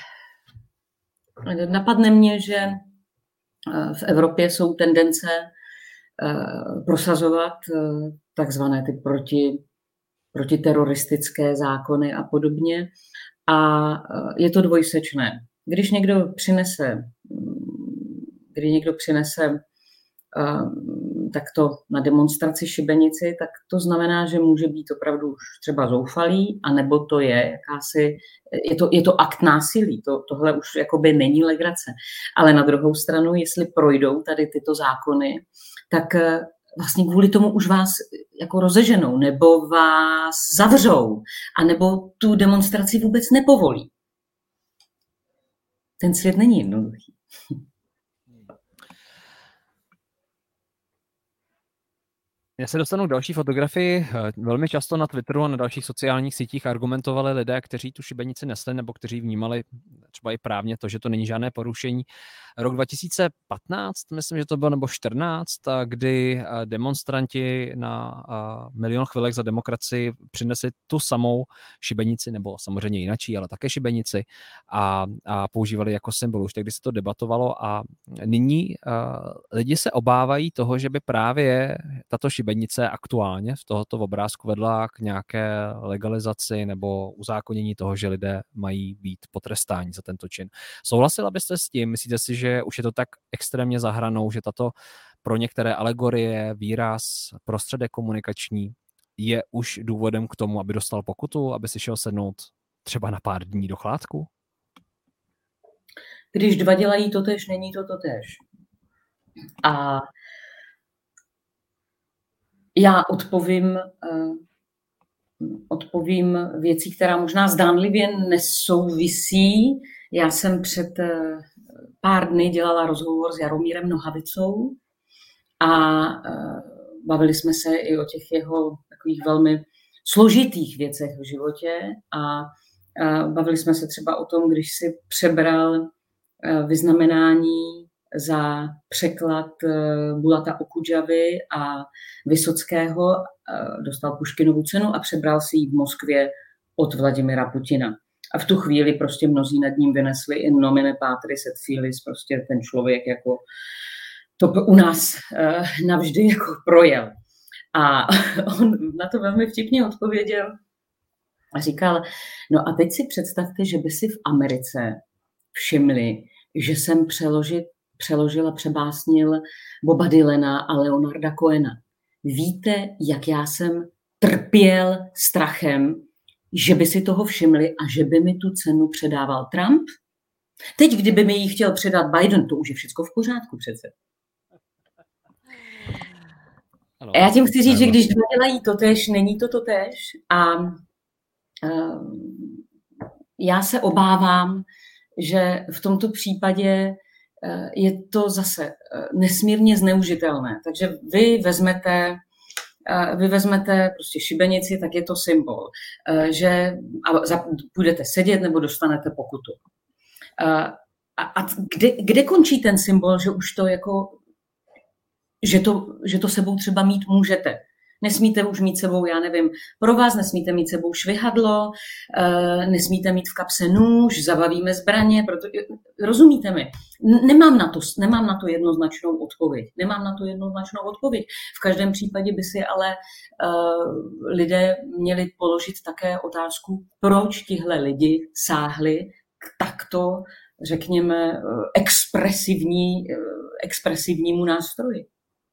napadne mě, že v Evropě jsou tendence prosazovat takzvané ty proti, protiteroristické zákony a podobně. A je to dvojsečné. Když někdo přinese, když někdo přinese takto na demonstraci šibenici, tak to znamená, že může být opravdu už třeba zoufalý, anebo to je jakási, je to, je to akt násilí, to, tohle už jakoby není legrace. Ale na druhou stranu, jestli projdou tady tyto zákony, tak vlastně kvůli tomu už vás jako rozeženou, nebo vás zavřou, anebo tu demonstraci vůbec nepovolí. Ten svět není jednoduchý. Já se dostanu k další fotografii. Velmi často na Twitteru a na dalších sociálních sítích argumentovali lidé, kteří tu šibenici nesli nebo kteří vnímali třeba i právně to, že to není žádné porušení. Rok dva tisíce patnáct, myslím, že to bylo, nebo čtrnáct, kdy demonstranti na Milion chvilek za demokracii přinesli tu samou šibenici, nebo samozřejmě jinačí, ale také šibenici a, a používali jako symbol. Už tehdy se to debatovalo a nyní uh, lidi se obávají toho, že by právě tato šibenice aktuálně v tohoto obrázku vedla k nějaké legalizaci nebo uzákonění toho, že lidé mají být potrestáni za tento čin. Souhlasila byste s tím? Myslíte si, že už je to tak extrémně za hranou, že tato pro některé alegorie, výraz, prostředek komunikační je už důvodem k tomu, aby dostal pokutu, aby si šel sednout třeba na pár dní do chládku? Když dva dělají totéž, není to totéž. A já odpovím, odpovím věcí, která možná zdánlivě nesouvisí. Já jsem před pár dny dělala rozhovor s Jaromírem Nohavicou a bavili jsme se i o těch jeho takových velmi složitých věcech v životě a bavili jsme se třeba o tom, když si přebral vyznamenání za překlad Bulata Okudžavy a Vysockého, dostal Puškinovu cenu a přebral si ji v Moskvě od Vladimira Putina. A v tu chvíli prostě mnozí nad ním vynesli in nomine patris et filis, prostě ten člověk jako to u nás navždy jako projel. A on na to velmi vtipně odpověděl a říkal, no a teď si představte, že by si v Americe všimli, že jsem přeložit, přeložil a přebásnil Boba Dylana a Leonarda Cohena. Víte, jak já jsem trpěl strachem, že by si toho všimli a že by mi tu cenu předával Trump? Teď, kdyby mi ji chtěl předat Biden, to už je všechno v pořádku přece. A já tím chci říct, že když dva dělají totéž, není to totéž. A uh, já se obávám, že v tomto případě uh, je to zase uh, nesmírně zneužitelné. Takže vy vezmete uh, vy vezmete prostě šibenici, tak je to symbol, uh, že a za, půjdete sedět nebo dostanete pokutu. Uh, a a kde, kde končí ten symbol, že už to jako Že to, že to sebou třeba mít můžete. Nesmíte už mít sebou, já nevím, pro vás nesmíte mít sebou švihadlo, nesmíte mít v kapse nůž, zabavíme zbraně, protože, rozumíte mi? Nemám na to, nemám na to jednoznačnou odpověď. Nemám na to jednoznačnou odpověď. V každém případě by si ale uh, lidé měli položit také otázku, proč tihle lidi sáhli k takto, řekněme, expresivní, expresivnímu nástroji.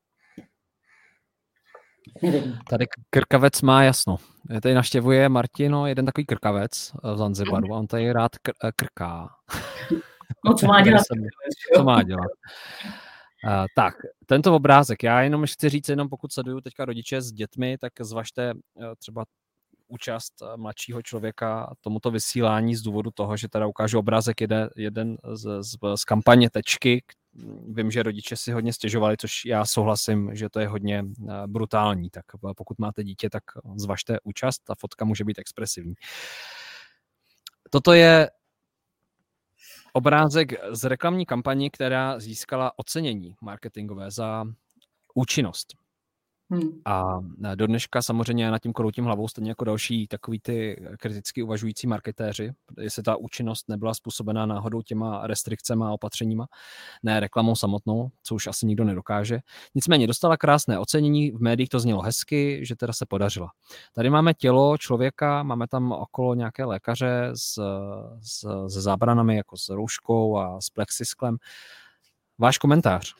Nevím. Tady krkavec má jasno. Tady naštěvuje Martino jeden takový krkavec v Zanzibaru a on tady rád kr- krká. No, co má dělat? Co má dělat? Uh, tak, tento obrázek, já jenom chci říct, jenom pokud sleduju teďka rodiče s dětmi, tak zvažte uh, třeba účast mladšího člověka tomuto vysílání z důvodu toho, že teda ukážu obrázek jeden, jeden z, z, z kampaně Tečky. Vím, že rodiče si hodně stěžovali, což já souhlasím, že to je hodně brutální, tak pokud máte dítě, tak zvažte účast, ta fotka může být expresivní. Toto je obrázek z reklamní kampaně, která získala ocenění marketingové za účinnost. Hmm. A do dneška samozřejmě nad tím kroutím hlavou, stejně jako další takový ty kriticky uvažující marketéři, jestli ta účinnost nebyla způsobená náhodou těma restrikcemi a opatřeníma, ne reklamou samotnou, co už asi nikdo nedokáže. Nicméně dostala krásné ocenění, v médiích to znělo hezky, že teda se podařila. Tady máme tělo člověka, máme tam okolo nějaké lékaře s, s, se zábranami, jako s rouškou a s plexisklem. Váš komentář?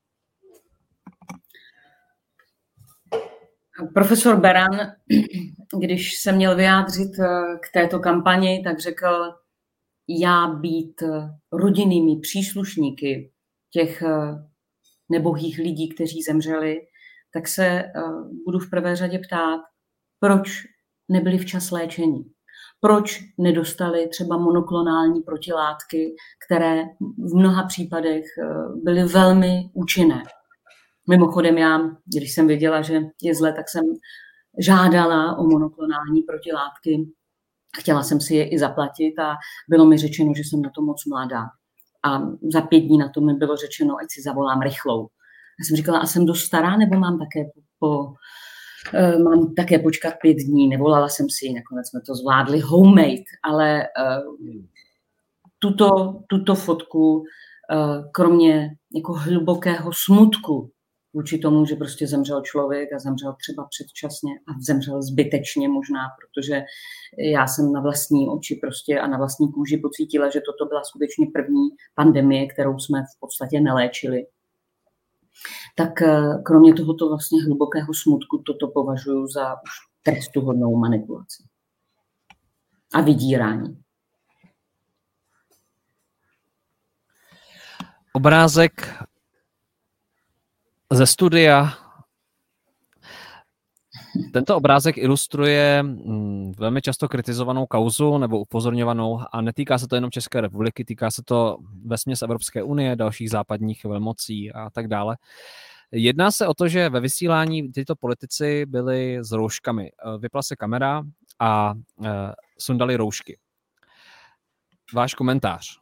Profesor Beran, když se měl vyjádřit k této kampani, tak řekl, já být rodinnými příslušníky těch nebohých lidí, kteří zemřeli, tak se budu v prvé řadě ptát, proč nebyli včas léčeni. Proč nedostali třeba monoklonální protilátky, které v mnoha případech byly velmi účinné. Mimochodem já, když jsem věděla, že je zle, tak jsem žádala o monoklonální protilátky. Chtěla jsem si je i zaplatit a bylo mi řečeno, že jsem na to moc mladá. A za pět dní na to mi bylo řečeno, ať si zavolám rychlou. Já jsem říkala, a jsem dost stará, nebo mám také, po, uh, mám také počkat pět dní. Nevolala jsem si, nakonec jsme to zvládli homemade, ale uh, tuto, tuto fotku, uh, kromě jako hlubokého smutku, vůči tomu, že prostě zemřel člověk a zemřel třeba předčasně a zemřel zbytečně možná, protože já jsem na vlastní oči prostě a na vlastní kůži pocítila, že toto byla skutečně první pandemie, kterou jsme v podstatě neléčili. Tak kromě tohoto vlastně hlubokého smutku toto považuji za už trestuhodnou manipulaci a vydírání. Obrázek ze studia. Tento obrázek ilustruje mm, velmi často kritizovanou kauzu nebo upozorňovanou a netýká se to jenom České republiky, týká se to vesměs Evropské unie, dalších západních velmocí a tak dále. Jedná se o to, že ve vysílání tyto politici byli s rouškami. Vypla se kamera a e, sundali roušky. Váš komentář?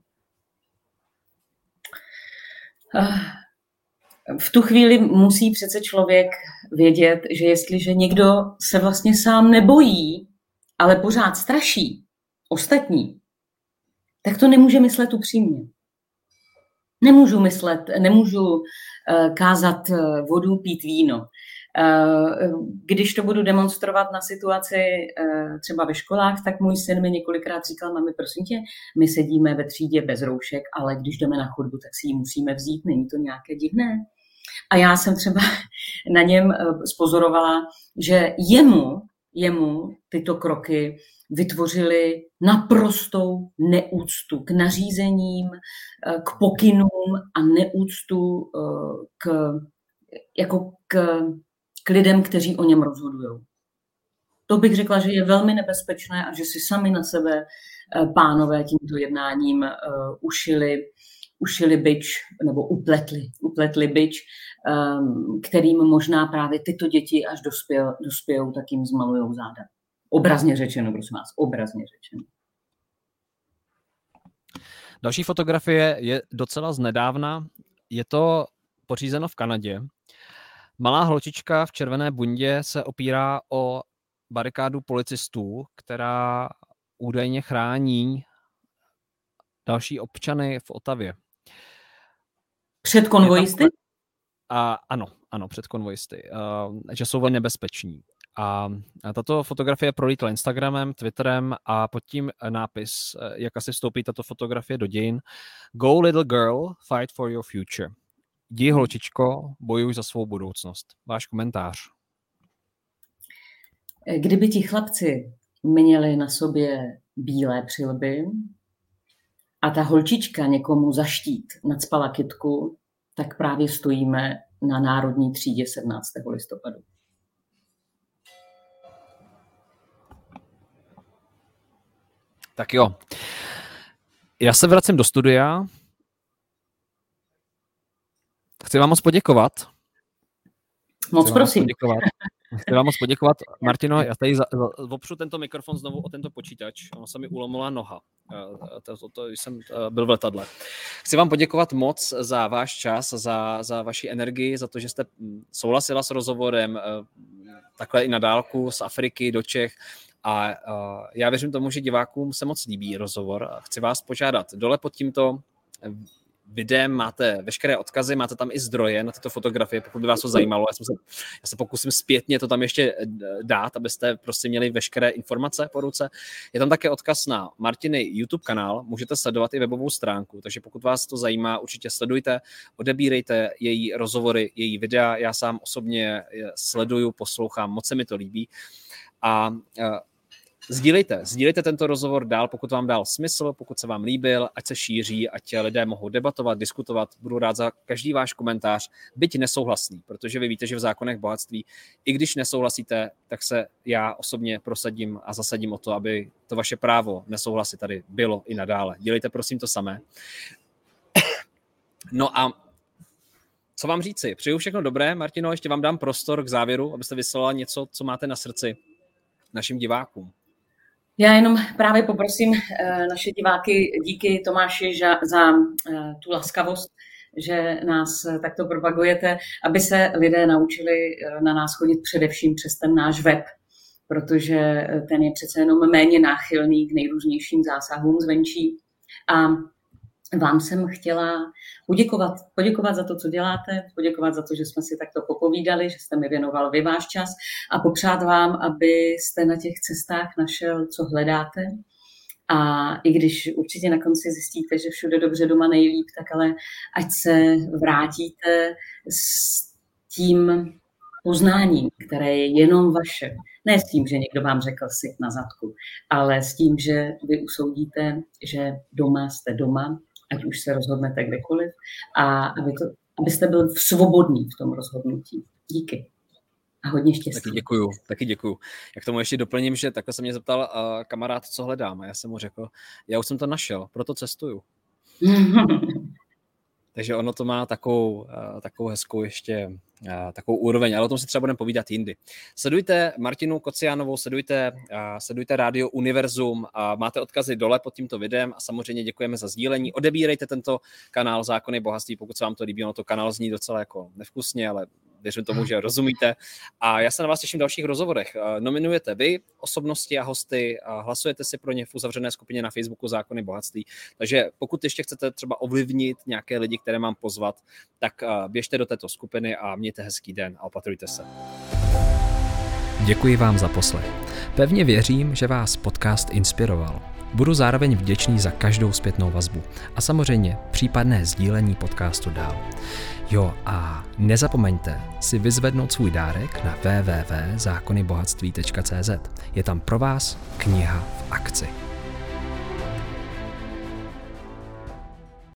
Uh. V tu chvíli musí přece člověk vědět, že jestliže někdo se vlastně sám nebojí, ale pořád straší ostatní, tak to nemůže myslet upřímně. Nemůžu myslet, nemůžu uh, kázat uh, vodu, pít víno. Uh, když to budu demonstrovat na situaci uh, třeba ve školách, tak můj syn mi několikrát říkal, mami, prosím tě, my sedíme ve třídě bez roušek, ale když jdeme na chodbu, tak si ji musíme vzít, není to nějaké divné? A já jsem třeba na něm spozorovala, že jemu, jemu tyto kroky vytvořily naprostou neúctu k nařízením, k pokynům a neúctu k, jako k, k lidem, kteří o něm rozhodují. To bych řekla, že je velmi nebezpečné a že si sami na sebe pánové tímto jednáním ušili ušili bič, nebo upletli, upletli bič, um, kterým možná právě tyto děti, až dospěl, dospějou, tak jim zmalujou záda. Obrazně řečeno, prosím vás, obrazně řečeno. Další fotografie je docela z nedávna. Je to pořízeno v Kanadě. Malá holčička v červené bundě se opírá o barikádu policistů, která údajně chrání další občany v Otavě. Před konvojisty? A ano, ano, před konvojisty, uh, že jsou velmi nebezpeční. A tato fotografie prolítla Instagramem, Twitterem a pod tím nápis, jak asi vstoupí tato fotografie do dějin: Go little girl, fight for your future. Jdi holčičko, bojuj za svou budoucnost. Váš komentář. Kdyby ti chlapci měli na sobě bílé přilby a ta holčička někomu za štít nacpala kytku, tak právě stojíme na národní třídě sedmnáctého listopadu. Tak jo. Já se vracím do studia. Chci vám moc poděkovat. Moc Chci prosím. Poděkovat. Chci vám moc poděkovat. Martino, já tady za, za, opřu tento mikrofon znovu o tento počítač. Ono se mi ulomila noha. To, to, to jsem byl v letadle. Chci vám poděkovat moc za váš čas, za, za vaši energii, za to, že jste souhlasila s rozhovorem takhle i na dálku z Afriky do Čech. A uh, já věřím tomu, že divákům se moc líbí rozhovor. Chci vás požádat, dole pod tímto videem máte veškeré odkazy, máte tam i zdroje na tyto fotografie, pokud by vás to zajímalo. Já, jsem se, já se pokusím zpětně to tam ještě dát, abyste prostě měli veškeré informace po ruce. Je tam také odkaz na Martiny YouTube kanál, můžete sledovat i webovou stránku, takže pokud vás to zajímá, určitě sledujte, odebírejte její rozhovory, její videa. Já sám osobně sleduju, poslouchám, moc se mi to líbí. A uh, sdílejte, sdílejte tento rozhovor dál, pokud vám dal smysl, pokud se vám líbil, ať se šíří, ať lidé mohou debatovat, diskutovat. Budu rád za každý váš komentář, byť nesouhlasný, protože vy víte, že v zákonech bohatství, i když nesouhlasíte, tak se já osobně prosadím a zasadím o to, aby to vaše právo nesouhlasit tady bylo i nadále. Dělejte prosím to samé. No a co vám říci? Přeju všechno dobré. Martino, ještě vám dám prostor k závěru, abyste vyslala něco, co máte na srdci našim divákům. Já jenom právě poprosím uh, naše diváky, díky Tomáši za, za uh, tu laskavost, že nás uh, takto propagujete, aby se lidé naučili uh, na nás chodit především přes ten náš web, protože uh, ten je přece jenom méně náchylný k nejrůznějším zásahům zvenčí. A vám jsem chtěla poděkovat, poděkovat za to, co děláte, poděkovat za to, že jsme si takto popovídali, že jste mi věnoval vy váš čas a popřát vám, abyste na těch cestách našel, co hledáte. A i když určitě na konci zjistíte, že všude dobře, doma nejlíp, tak ale ať se vrátíte s tím poznáním, které je jenom vaše. Ne s tím, že někdo vám řekl sit na zadku, ale s tím, že vy usoudíte, že doma jste doma, ať už se rozhodnete kdekoliv, a aby to, abyste byl svobodný v tom rozhodnutí. Díky. A hodně štěstí. Taky děkuju, taky děkuju. Jak tomu ještě doplním, že takhle se mě zeptal uh, kamarád, co hledám. A já jsem mu řekl, já už jsem to našel, proto cestuju. Takže ono to má takovou, uh, takovou hezkou ještě uh, takovou úroveň, ale o tom si třeba budeme povídat jindy. Sledujte Martinu Kociánovou, sledujte, uh, sledujte Rádio Univerzum, a máte odkazy dole pod tímto videem a samozřejmě děkujeme za sdílení. Odebírejte tento kanál Zákony bohatství, pokud se vám to líbí, ono to kanál zní docela jako nevkusně, ale věřím tomu, že rozumíte. A já se na vás těším v dalších rozhovorech. Nominujete vy osobnosti a hosty, a hlasujete si pro ně v uzavřené skupině na Facebooku Zákony bohatství. Takže pokud ještě chcete třeba ovlivnit nějaké lidi, které mám pozvat, tak běžte do této skupiny a mějte hezký den a opatrujte se. Děkuji vám za poslech. Pevně věřím, že vás podcast inspiroval. Budu zároveň vděčný za každou zpětnou vazbu a samozřejmě případné sdílení podcastu dál. Jo, a nezapomeňte si vyzvednout svůj dárek na w w w tečka zákony bohatství tečka c z. Je tam pro vás kniha v akci.